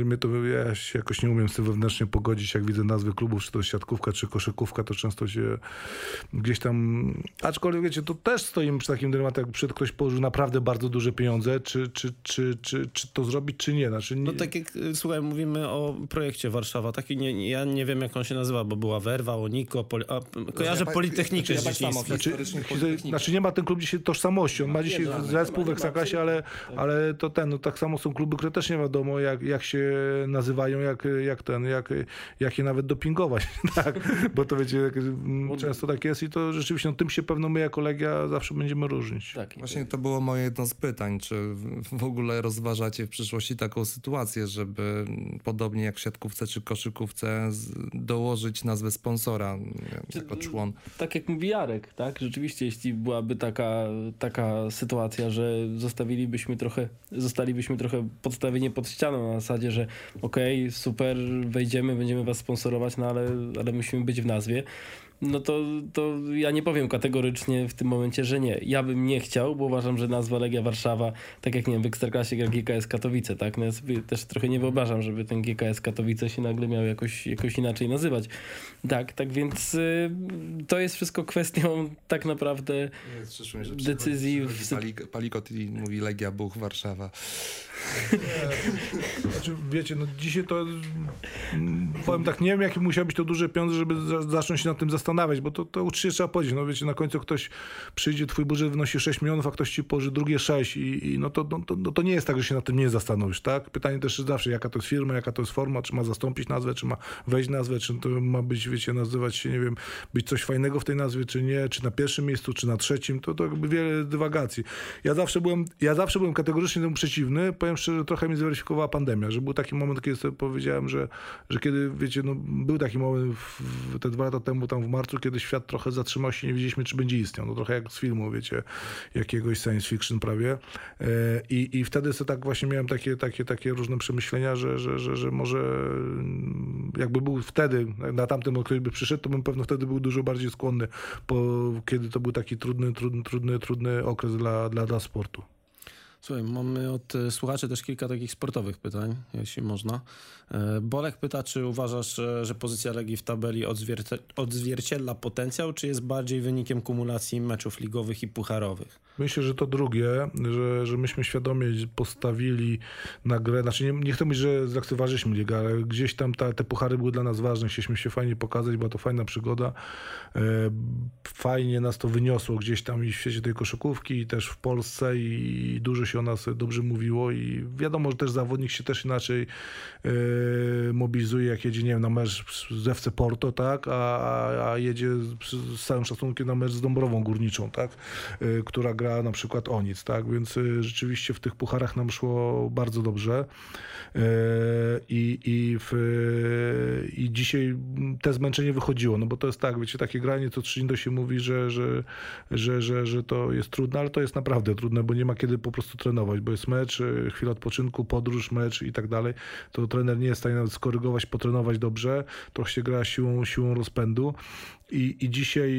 ja się jakoś nie umiem z tym wewnętrznie pogodzić, jak widzę nazwy klubów, czy to siatkówka, czy koszykówka, to często się gdzieś tam... Aczkolwiek, wiecie, to też stoimy przy takim dylemacie, jak ktoś położył naprawdę bardzo duże pieniądze, czy to zrobić, czy nie. Znaczy, nie... No tak jak, słuchaj, mówimy o projekcie Warszawa, taki ja nie wiem, jak on się nazywa, bo była Werwa, Oniko, kojarzę Politechnikę z dzieciństwa. Znaczy nie ma ten klub dzisiaj tożsamości, on ma dzisiaj zespół w Ekstraklasie, ale to tak samo są kluby, które też nie wiadomo, jak się nazywają, jak je nawet dopingować, tak, bo to wiecie, często tak jest i to rzeczywiście, tym się pewno my jako Legia zawsze będziemy różnić. Tak. Właśnie to było moje jedno z pytań, czy w ogóle rozważacie w przyszłości taką sytuację, żeby podobnie jak w siatkówce czy koszykówce dołożyć nazwę sponsora jako człon. Tak jak mówi Jarek, tak? Rzeczywiście, jeśli byłaby taka sytuacja, że zostalibyśmy trochę podstawieni pod ścianą na zasadzie, że okej, super, wejdziemy, będziemy was sponsorować, no ale musimy być w nazwie. No to ja nie powiem kategorycznie w tym momencie, że nie. Ja bym nie chciał, bo uważam, że nazwa Legia Warszawa, tak jak nie wiem, w Ekstraklasie gra GKS Katowice, tak? No ja sobie też trochę nie wyobrażam, żeby ten GKS Katowice się nagle miał jakoś inaczej nazywać. Tak więc to jest wszystko kwestią tak naprawdę decyzji. Palikot i mówi Legia Buch Warszawa. Znaczy, wiecie, no dzisiaj to powiem tak, nie wiem, jakie musiały być to duże pieniądze, żeby zacząć się nad tym zastanawiać, bo to uczciwie trzeba powiedzieć, no wiecie, na końcu ktoś przyjdzie, twój budżet wynosi 6 milionów, a ktoś ci położy drugie 6 i to nie jest tak, że się nad tym nie zastanowisz, tak? Pytanie też jest zawsze, jaka to jest firma, jaka to jest forma, czy ma zastąpić nazwę, czy ma wejść nazwę, czy to ma być, wiecie, nazywać się, nie wiem, być coś fajnego w tej nazwie, czy nie, czy na pierwszym miejscu, czy na trzecim, to jakby wiele dywagacji. Ja zawsze byłem kategorycznie temu przeciwny, powiem szczerze, trochę mi zweryfikowała pandemia, że był taki moment, kiedy sobie powiedziałem, że kiedy, wiecie, no był taki moment te 2 lata temu, tam w marcu, kiedy świat trochę zatrzymał się, nie wiedzieliśmy, czy będzie istniał. No trochę jak z filmu, wiecie, jakiegoś science fiction prawie. I wtedy sobie tak właśnie miałem takie różne przemyślenia, że może jakby był wtedy, na tamtym, ktoś by przyszedł, to bym pewno wtedy był dużo bardziej skłonny, kiedy to był taki trudny okres dla sportu. Słuchaj, mamy od słuchaczy też kilka takich sportowych pytań, jeśli można. Bolek pyta, czy uważasz, że pozycja Legii w tabeli odzwierciedla potencjał, czy jest bardziej wynikiem kumulacji meczów ligowych i pucharowych? Myślę, że to drugie, że myśmy świadomie postawili na grę, znaczy nie chcę mówić, że zlekceważyliśmy ligę, ale gdzieś tam te puchary były dla nas ważne, chcieliśmy się fajnie pokazać, była to fajna przygoda. Fajnie nas to wyniosło gdzieś tam i w świecie tej koszykówki, i też w Polsce i dużo się o nas dobrze mówiło i wiadomo, że też zawodnik się też inaczej mobilizuje, jak jedzie, nie wiem, na mecz z FC Porto, tak, a jedzie z całym szacunkiem na mecz z Dąbrową Górniczą, tak, która gra na przykład o nic, tak, więc rzeczywiście w tych pucharach nam szło bardzo dobrze i dzisiaj te zmęczenie wychodziło, no bo to jest tak, wiecie, takie granie, co 3 dni to się mówi, że to jest trudne, ale to jest naprawdę trudne, bo nie ma kiedy po prostu trenować, bo jest mecz, chwila odpoczynku, podróż, mecz i tak dalej, to trener nie jest w stanie nawet skorygować, potrenować dobrze, trochę się gra siłą rozpędu i dzisiaj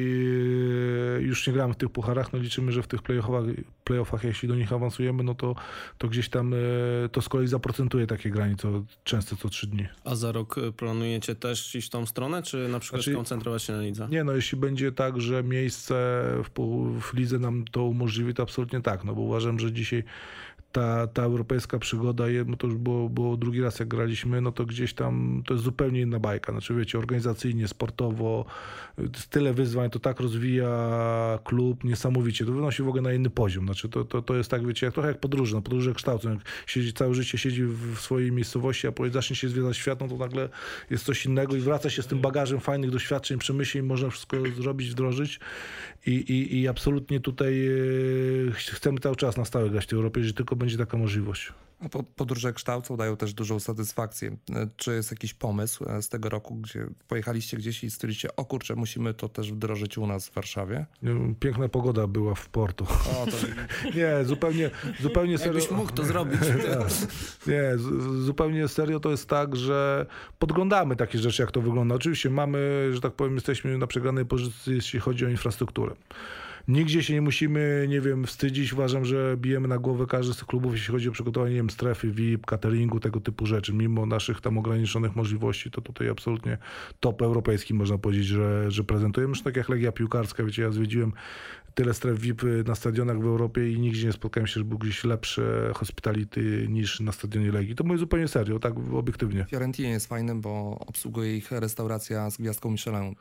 już nie gramy w tych pucharach, no liczymy, że w tych playoffach, jeśli do nich awansujemy, no to gdzieś tam to z kolei zaprocentuje takie granie często co 3 dni. A za rok planujecie też iść w tą stronę, czy na przykład skoncentrować się na lidze? Nie, no jeśli będzie tak, że miejsce w lidze nam to umożliwi, to absolutnie tak, no bo uważam, że dzisiaj ta europejska przygoda, no to już było drugi raz jak graliśmy, no to gdzieś tam to jest zupełnie inna bajka. Znaczy wiecie, organizacyjnie, sportowo, tyle wyzwań, to tak rozwija klub niesamowicie. To wynosi w ogóle na inny poziom. Znaczy to jest tak, wiecie, trochę jak podróże, no podróże kształcą. Jak całe życie siedzi w swojej miejscowości, a zacznie się zwiedzać świat, no to nagle jest coś innego i wraca się z tym bagażem fajnych doświadczeń, przemyśleń, można wszystko zrobić, wdrożyć i absolutnie tutaj chcemy cały czas na stałe grać w tej Europie, jeżeli tylko będzie taka możliwość. Podróże kształcą, dają też dużą satysfakcję. Czy jest jakiś pomysł z tego roku, gdzie pojechaliście gdzieś i stwierdziliście, o kurczę, musimy to też wdrożyć u nas w Warszawie? Piękna pogoda była w Porto. Nie, zupełnie serio. Jakbyś mógł to zrobić. Nie, zupełnie serio to jest tak, że podglądamy takie rzeczy, jak to wygląda. Oczywiście mamy, że tak powiem, jesteśmy na przegranej pozycji, jeśli chodzi o infrastrukturę. Nigdzie się nie musimy, nie wiem, wstydzić. Uważam, że bijemy na głowę każdy z tych klubów, jeśli chodzi o przygotowanie, nie wiem, strefy VIP, cateringu, tego typu rzeczy. Mimo naszych tam ograniczonych możliwości, to tutaj absolutnie top europejski, można powiedzieć, że prezentujemy. Już tak jak Legia Piłkarska, wiecie, ja zwiedziłem tyle stref VIP na stadionach w Europie i nigdzie nie spotkałem się, że był gdzieś lepsze hospitality niż na stadionie Legii. To mówię zupełnie serio, tak obiektywnie. Fiorentina jest fajnym, bo obsługuje ich restauracja z gwiazdką Michelin.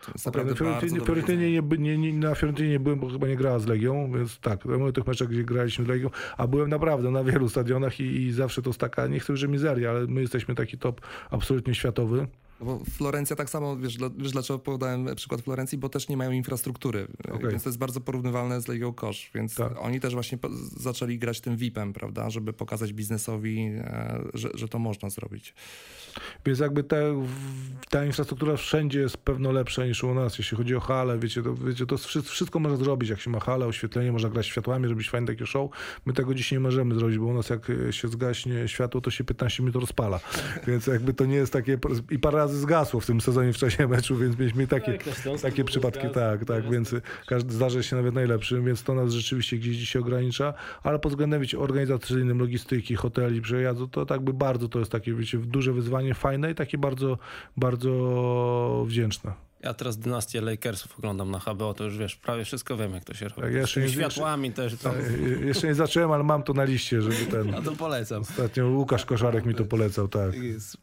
Na Fiorentinie nie byłem, bo chyba nie grała z Legią, więc tak, to mówię o tych meczach, gdzie graliśmy z Legią, a byłem naprawdę na wielu stadionach i zawsze to jest taka, nie chcę już, że mizeria, ale my jesteśmy taki top absolutnie światowy. Bo Florencja tak samo, wiesz dlaczego podałem przykład Florencji, bo też nie mają infrastruktury, więc to jest bardzo porównywalne z Legią Kosz, więc oni też właśnie zaczęli grać tym VIP-em, prawda, żeby pokazać biznesowi, że to można zrobić. Więc jakby ta infrastruktura wszędzie jest pewno lepsza niż u nas, jeśli chodzi o halę, wiecie, to wszystko można zrobić, jak się ma halę, oświetlenie, można grać światłami, robić fajne takie show. My tego dzisiaj nie możemy zrobić, bo u nas jak się zgaśnie światło, to się 15 minut rozpala, więc jakby to nie jest takie, i parę razy zgasło w tym sezonie w czasie meczu, więc mieliśmy takie przypadki, tak, więc każdy zdarza się nawet najlepszym, więc to nas rzeczywiście gdzieś dzisiaj ogranicza, ale pod względem, wiecie, organizacyjnym, logistyki, hoteli, przejazdu, to tak by bardzo to jest takie, wiecie, duże wyzwanie, fajne i takie bardzo, bardzo wdzięczne. Ja teraz dynastię Lakersów oglądam na HBO, to już wiesz, prawie wszystko wiem, jak to się robi. Tak, z tymi światłami też. Jeszcze nie zacząłem, ale mam to na liście, żeby ten... A to polecam. Ostatnio Łukasz Koszarek mi to polecał, tak.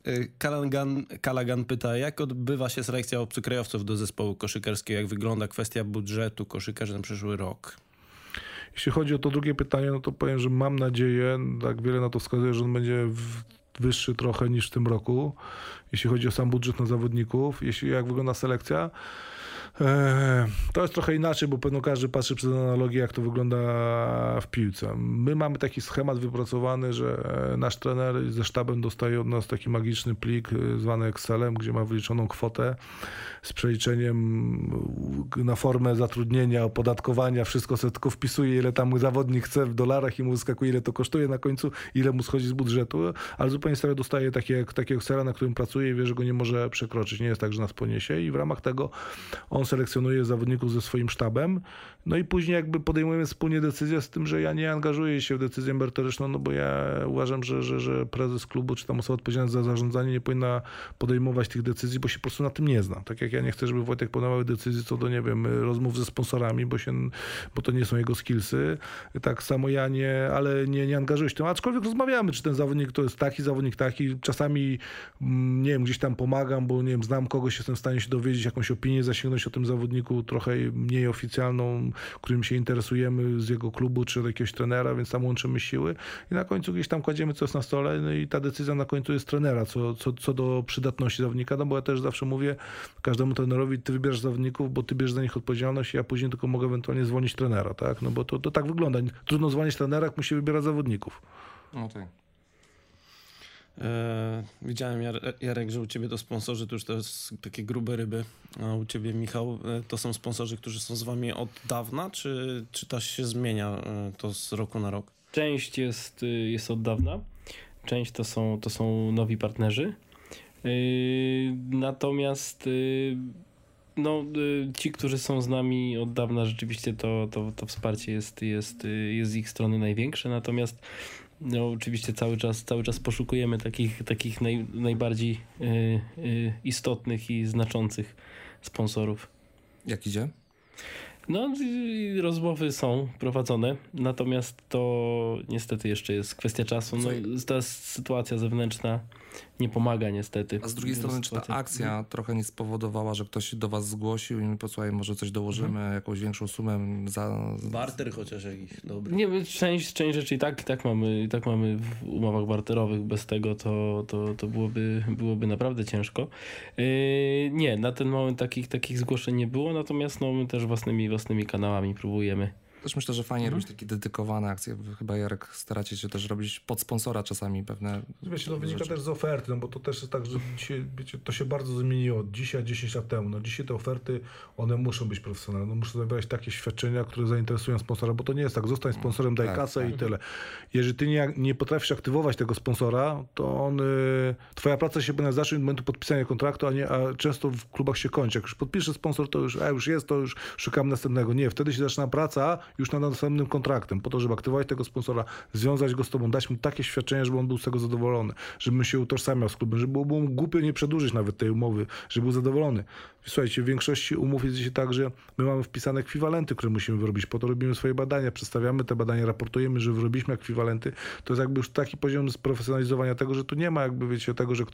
Kalagan pyta, jak odbywa się selekcja obcokrajowców do zespołu koszykarskiego? Jak wygląda kwestia budżetu koszykarzy na przyszły rok? Jeśli chodzi o to drugie pytanie, no to powiem, że mam nadzieję, tak wiele na to wskazuje, że on będzie wyższy trochę niż w tym roku, jeśli chodzi o sam budżet na zawodników. Jak wygląda selekcja, to jest trochę inaczej, bo pewno każdy patrzy przez analogię, jak to wygląda w piłce. My mamy taki schemat wypracowany, że nasz trener ze sztabem dostaje od nas taki magiczny plik zwany Excelem, gdzie ma wyliczoną kwotę z przeliczeniem na formę zatrudnienia, opodatkowania, wszystko sobie tylko wpisuje, ile tam zawodnik chce w dolarach i mu wyskakuje, ile to kosztuje na końcu, ile mu schodzi z budżetu, ale zupełnie serio dostaje takiego Excela, na którym pracuje i wie, że go nie może przekroczyć. Nie jest tak, że nas poniesie i w ramach tego on selekcjonuje zawodników ze swoim sztabem, no i później jakby podejmujemy wspólnie decyzję z tym, że ja nie angażuję się w decyzję merytoryczną, no bo ja uważam, że prezes klubu czy tam osoba odpowiedzialna za zarządzanie nie powinna podejmować tych decyzji, bo się po prostu na tym nie zna. Tak jak ja nie chcę, żeby Wojtek podejmował decyzji co do, nie wiem, rozmów ze sponsorami, bo to nie są jego skillsy. Tak samo ja nie angażuję się w tym, aczkolwiek rozmawiamy, czy ten zawodnik to jest taki zawodnik, taki. Czasami, nie wiem, gdzieś tam pomagam, bo nie wiem, znam kogoś, jestem w stanie się dowiedzieć, jakąś opinię zasięgnąć o tym zawodniku, trochę mniej oficjalną, którym się interesujemy z jego klubu, czy od jakiegoś trenera, więc tam łączymy siły i na końcu gdzieś tam kładziemy coś na stole, no i ta decyzja na końcu jest trenera, co do przydatności zawodnika, no bo ja też zawsze mówię każdemu trenerowi, ty wybierasz zawodników, bo ty bierzesz za nich odpowiedzialność i ja później tylko mogę ewentualnie zwolnić trenera, tak? No bo to tak wygląda. Trudno zwolnić trenera, jak musi wybierać zawodników. Okay. Widziałem, Jarek, że u ciebie to sponsorzy to już to jest takie grube ryby, a u ciebie, Michał, to są sponsorzy, którzy są z wami od dawna, czy to się zmienia to z roku na rok? Część jest od dawna, część to są nowi partnerzy, natomiast ci, którzy są z nami od dawna, rzeczywiście to wsparcie jest z ich strony największe, natomiast oczywiście cały czas poszukujemy takich najbardziej istotnych i znaczących sponsorów. Jak idzie? Rozmowy są prowadzone, natomiast to niestety jeszcze jest kwestia czasu. Ta sytuacja zewnętrzna nie pomaga niestety. A z drugiej strony, czy ta akcja trochę nie spowodowała, że ktoś się do was zgłosił i my posłuchaj, może coś dołożymy, jakąś większą sumę za... Barter chociaż jakiś dobry. Nie, część rzeczy i tak mamy w umowach barterowych. Bez tego to byłoby naprawdę ciężko. Nie, na ten moment takich zgłoszeń nie było, natomiast my też własnymi kanałami próbujemy. Też myślę, że fajnie robić takie dedykowane akcje. Wy chyba, Jarek, staracie się też robić pod sponsora czasami pewne... Wiecie, to wynika też z oferty, bo to też jest tak, że dzisiaj, wiecie, to się bardzo zmieniło od dzisiaj, 10 lat temu. Dzisiaj te oferty, one muszą być profesjonalne. Muszą zawierać takie świadczenia, które zainteresują sponsora, bo to nie jest tak, zostań sponsorem, daj kasę i tyle. Jeżeli ty nie potrafisz aktywować tego sponsora, to twoja praca się będzie zacząć od momentu podpisania kontraktu, a często w klubach się kończy. Jak już podpisze sponsor, to już jest, to już szukam następnego. Nie, wtedy się zaczyna praca już nad następnym kontraktem, po to, żeby aktywować tego sponsora, związać go z tobą, dać mu takie świadczenia, żeby on był z tego zadowolony, żeby się utożsamiał z klubem, żeby było mu głupio nie przedłużyć nawet tej umowy, żeby był zadowolony. Słuchajcie, w większości umów jest dzisiaj tak, że my mamy wpisane ekwiwalenty, które musimy wyrobić, po to robimy swoje badania, przedstawiamy te badania, raportujemy, że wyrobiliśmy ekwiwalenty. To jest jakby już taki poziom sprofesjonalizowania tego, że tu nie ma jakby, wiecie, tego, że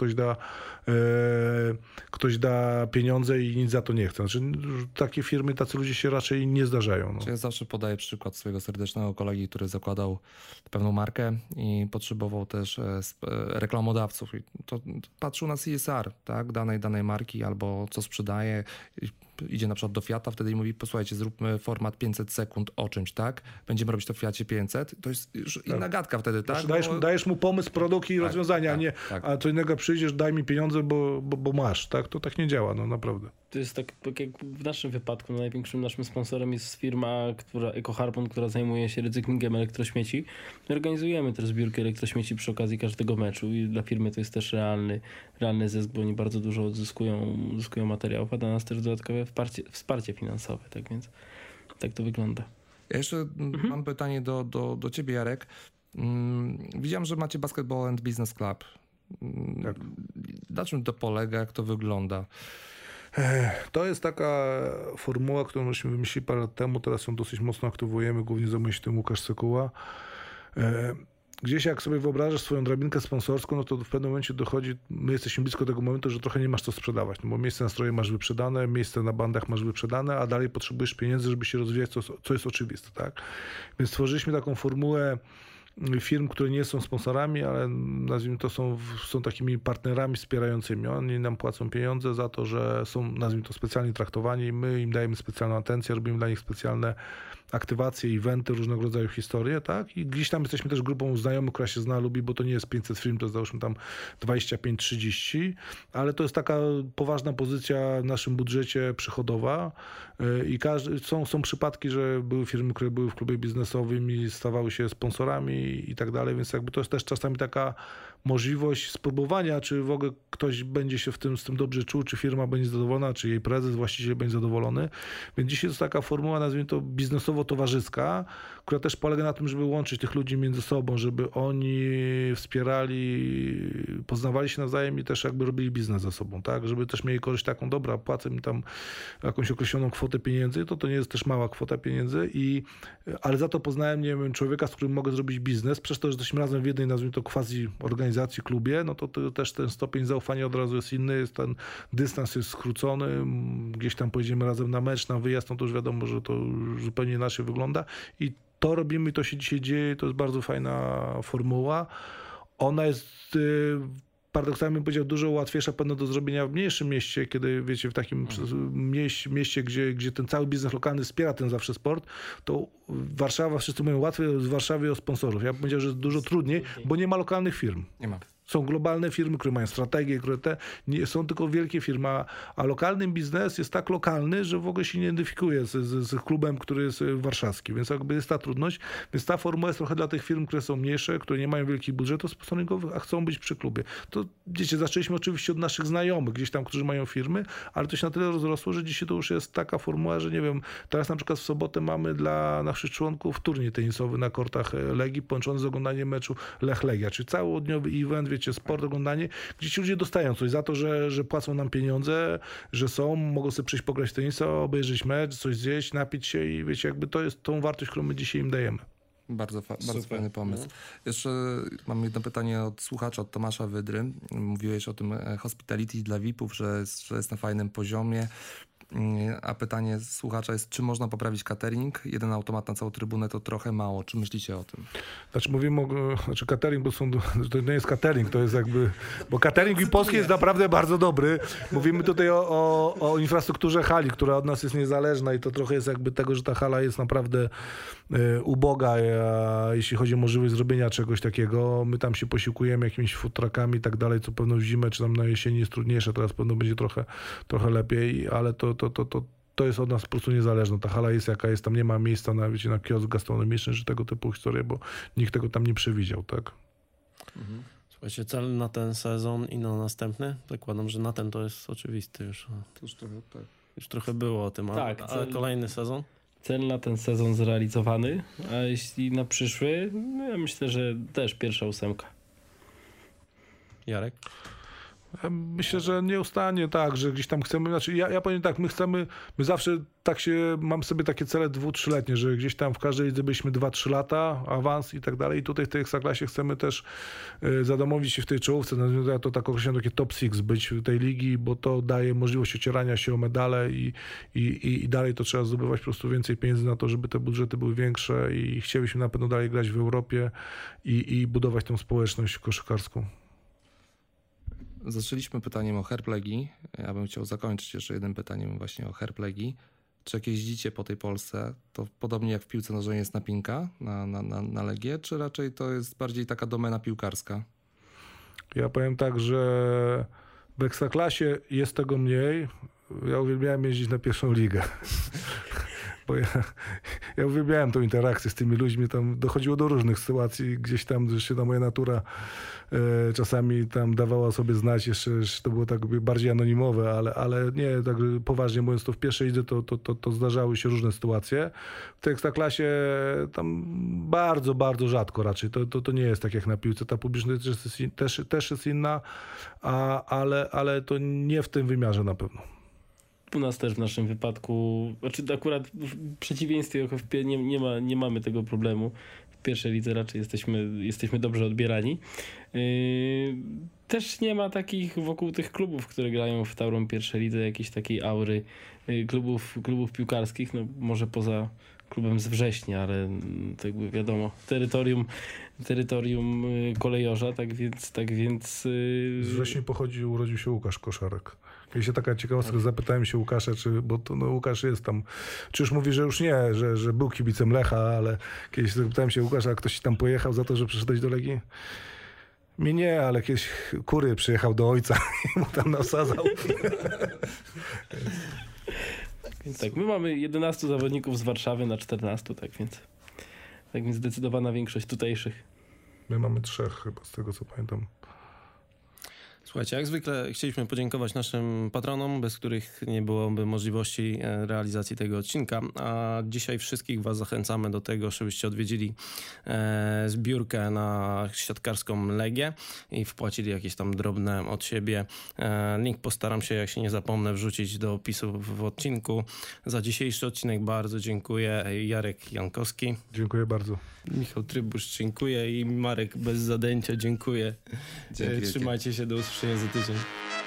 ktoś da pieniądze i nic za to nie chce. Znaczy, takie firmy, tacy ludzie się raczej nie zdarzają. Ja zawsze podaję przykład swojego serdecznego kolegi, który zakładał pewną markę i potrzebował też reklamodawców. I to patrzył na CSR, tak, danej marki albo co sprzedaje. Idzie na przykład do Fiata, wtedy i mówi, posłuchajcie, zróbmy format 500 sekund o czymś, tak? Będziemy robić to w Fiacie 500. To jest już inna gadka wtedy, tak? Dajesz mu pomysł, produkt i rozwiązania, a co innego przyjdziesz, daj mi pieniądze, bo masz, tak? To tak nie działa, naprawdę. To jest tak jak w naszym wypadku, największym naszym sponsorem jest firma, EcoHarbon, która zajmuje się recyklingiem elektrośmieci. My organizujemy też zbiórkę elektrośmieci przy okazji każdego meczu i dla firmy to jest też realny zysk, bo oni bardzo dużo uzyskują materiałów, a dla nas też dodatkowe wsparcie finansowe, tak więc tak to wygląda. Ja jeszcze mam pytanie do ciebie, Jarek. Widziałem, że macie Basketball and Business Club. Tak. Na czym to polega, jak to wygląda? To jest taka formuła, którą myśmy wymyślili parę lat temu, teraz ją dosyć mocno aktywujemy, głównie zajmuje się tym Łukasz Sekuła. Gdzieś jak sobie wyobrażasz swoją drabinkę sponsorską, no to w pewnym momencie dochodzi, my jesteśmy blisko tego momentu, że trochę nie masz co sprzedawać, no bo miejsce na stroje masz wyprzedane, miejsce na bandach masz wyprzedane, a dalej potrzebujesz pieniędzy, żeby się rozwijać, co jest oczywiste, tak? Więc stworzyliśmy taką formułę firm, które nie są sponsorami, ale nazwijmy to są takimi partnerami wspierającymi. Oni nam płacą pieniądze za to, że są, nazwijmy to, specjalnie traktowani. My im dajemy specjalną atencję, robimy dla nich specjalne aktywacje, eventy, różnego rodzaju historie, tak? I gdzieś tam jesteśmy też grupą znajomych, która się zna, lubi, bo to nie jest 500 firm, to jest załóżmy tam 25-30, ale to jest taka poważna pozycja w naszym budżecie przychodowa i są przypadki, że były firmy, które były w klubie biznesowym i stawały się sponsorami i tak dalej, więc jakby to jest też czasami taka możliwość spróbowania, czy w ogóle ktoś będzie się z tym dobrze czuł, czy firma będzie zadowolona, czy jej prezes, właściciel będzie zadowolony. Więc dzisiaj jest taka formuła, nazwijmy to biznesowo-towarzyska, która też polega na tym, żeby łączyć tych ludzi między sobą, żeby oni wspierali, poznawali się nawzajem i też jakby robili biznes ze sobą, tak? Żeby też mieli korzyść taką, dobra, płacę mi tam jakąś określoną kwotę pieniędzy, to nie jest też mała kwota pieniędzy, ale za to poznałem, nie wiem, człowieka, z którym mogę zrobić biznes, przez to, że jesteśmy razem w jednej, nazwijmy to quasi organizacji, klubie, no to też ten stopień zaufania od razu jest inny, jest ten dystans jest skrócony, gdzieś tam pojedziemy razem na mecz, na wyjazd, no to już wiadomo, że to zupełnie inaczej wygląda i to robimy, to się dzisiaj dzieje, to jest bardzo fajna formuła. Ona jest paradoksalnie bym powiedział dużo łatwiejsza pewno do zrobienia w mniejszym mieście, kiedy wiecie, w takim mieście, gdzie ten cały biznes lokalny wspiera ten zawsze sport, to Warszawa, wszyscy mówią łatwiej z Warszawy o sponsorów. Ja bym powiedział, że jest dużo trudniej, bo nie ma lokalnych firm. Nie ma. Są globalne firmy, które mają strategię, które nie są tylko wielkie firmy, a lokalny biznes jest tak lokalny, że w ogóle się nie identyfikuje z klubem, który jest warszawski, więc jakby jest ta trudność. Więc ta formuła jest trochę dla tych firm, które są mniejsze, które nie mają wielkich budżetów sponsoringowych, a chcą być przy klubie. To wiecie, zaczęliśmy oczywiście od naszych znajomych, gdzieś tam, którzy mają firmy, ale to się na tyle rozrosło, że dzisiaj to już jest taka formuła, że nie wiem, teraz na przykład w sobotę mamy dla naszych członków turniej tenisowy na kortach Legii, połączony z oglądaniem meczu Lech-Legia, czyli całodniowy event, wiecie, sport, oglądanie, gdzie ci ludzie dostają coś za to, że płacą nam pieniądze, że mogą sobie przyjść pograć w tenisa, obejrzeć mecz, coś zjeść, napić się i wiecie, jakby to jest tą wartość, którą my dzisiaj im dajemy. Bardzo fajny pomysł. Jeszcze mam jedno pytanie od słuchacza, od Tomasza Wydry. Mówiłeś o tym hospitality dla VIP-ów, że jest na fajnym poziomie. A pytanie słuchacza jest, czy można poprawić catering? Jeden automat na całą trybunę to trochę mało. Czy myślicie o tym? Znaczy mówimy catering, bo to nie jest catering, to jest jakby... Bo catering i polski jest naprawdę bardzo dobry. Mówimy tutaj o infrastrukturze hali, która od nas jest niezależna i to trochę jest jakby tego, że ta hala jest naprawdę uboga, jeśli chodzi o możliwość zrobienia czegoś takiego. My tam się posiłkujemy jakimiś food truckami i tak dalej, co pewno w zimę czy tam na jesieni jest trudniejsze, teraz pewno będzie trochę lepiej, ale to jest od nas po prostu niezależne. Ta hala jest jaka jest, tam nie ma miejsca na kiosk gastronomiczny, czy tego typu historie, bo nikt tego tam nie przewidział, tak? Słuchajcie, cel na ten sezon i na następny? Zakładam, że na ten to jest oczywisty już. Już trochę było o tym, ale kolejny sezon? Cel na ten sezon zrealizowany, a jeśli na przyszły, no ja myślę, że też pierwsza 8. Jarek? Myślę, że nieustannie tak, że gdzieś tam chcemy, znaczy ja powiem tak, my zawsze tak mam sobie takie cele 2-3-letnie, że gdzieś tam w każdej lidze byliśmy 2-3 lata, awans i tak dalej i tutaj w tej Ekstraklasie chcemy też zadomowić się w tej czołówce, ja to tak określam, takie top 6 być w tej ligi, bo to daje możliwość ocierania się o medale i dalej to trzeba zdobywać po prostu więcej pieniędzy na to, żeby te budżety były większe i chcielibyśmy na pewno dalej grać w Europie i budować tą społeczność koszykarską. Zaczęliśmy pytaniem o herb Legii. Ja bym chciał zakończyć jeszcze jednym pytaniem właśnie o herb Legii. Czy jak jeździcie po tej Polsce, to podobnie jak w piłce nożnej jest napinka na Legię, czy raczej to jest bardziej taka domena piłkarska? Ja powiem tak, że w Ekstraklasie jest tego mniej. Ja uwielbiałem jeździć na pierwszą ligę. Bo ja uwielbiałem tą interakcję z tymi ludźmi, tam dochodziło do różnych sytuacji, gdzieś tam się ta moja natura czasami tam dawała sobie znać, jeszcze że to było tak bardziej anonimowe, ale nie, tak poważnie mówiąc, to w pierwszej lidze to zdarzały się różne sytuacje. W tej Ekstraklasie tam bardzo, bardzo rzadko raczej, to nie jest tak jak na piłce, ta publiczność też jest inna, ale to nie w tym wymiarze na pewno. U nas też w naszym wypadku, znaczy akurat w przeciwieństwie OFP nie mamy tego problemu. W pierwszej lidze raczej jesteśmy dobrze odbierani. Też nie ma takich wokół tych klubów, które grają w Tauron pierwszej lidze, jakiejś takiej aury klubów piłkarskich, no może poza klubem z Września, ale tak jakby wiadomo, terytorium kolejorza, tak więc... Z Wrześni urodził się Łukasz Koszarek. Jeśli taka ciekawostka, zapytałem się Łukasza, bo Łukasz jest tam, czy już mówi, że już nie, że był kibicem Lecha, ale kiedyś zapytałem się Łukasza, a ktoś tam pojechał za to, że przyszedłeś do Legii? Mi nie, ale kiedyś Kury przyjechał do ojca i mu tam nasadzał. Więc tak, my mamy 11 zawodników z Warszawy na 14, tak więc zdecydowana większość tutejszych. My mamy 3 chyba, z tego co pamiętam. Słuchajcie, jak zwykle chcieliśmy podziękować naszym patronom, bez których nie byłoby możliwości realizacji tego odcinka, a dzisiaj wszystkich was zachęcamy do tego, żebyście odwiedzili zbiórkę na siatkarską Legię i wpłacili jakieś tam drobne od siebie. Link postaram się, jak się nie zapomnę, wrzucić do opisu w odcinku. Za dzisiejszy odcinek bardzo dziękuję. Jarek Jankowski. Dziękuję bardzo. Michał Trybusz, dziękuję i Marek bez zadęcia, dziękuję. Dzięki. Trzymajcie się, do usłyszenia za tydzień.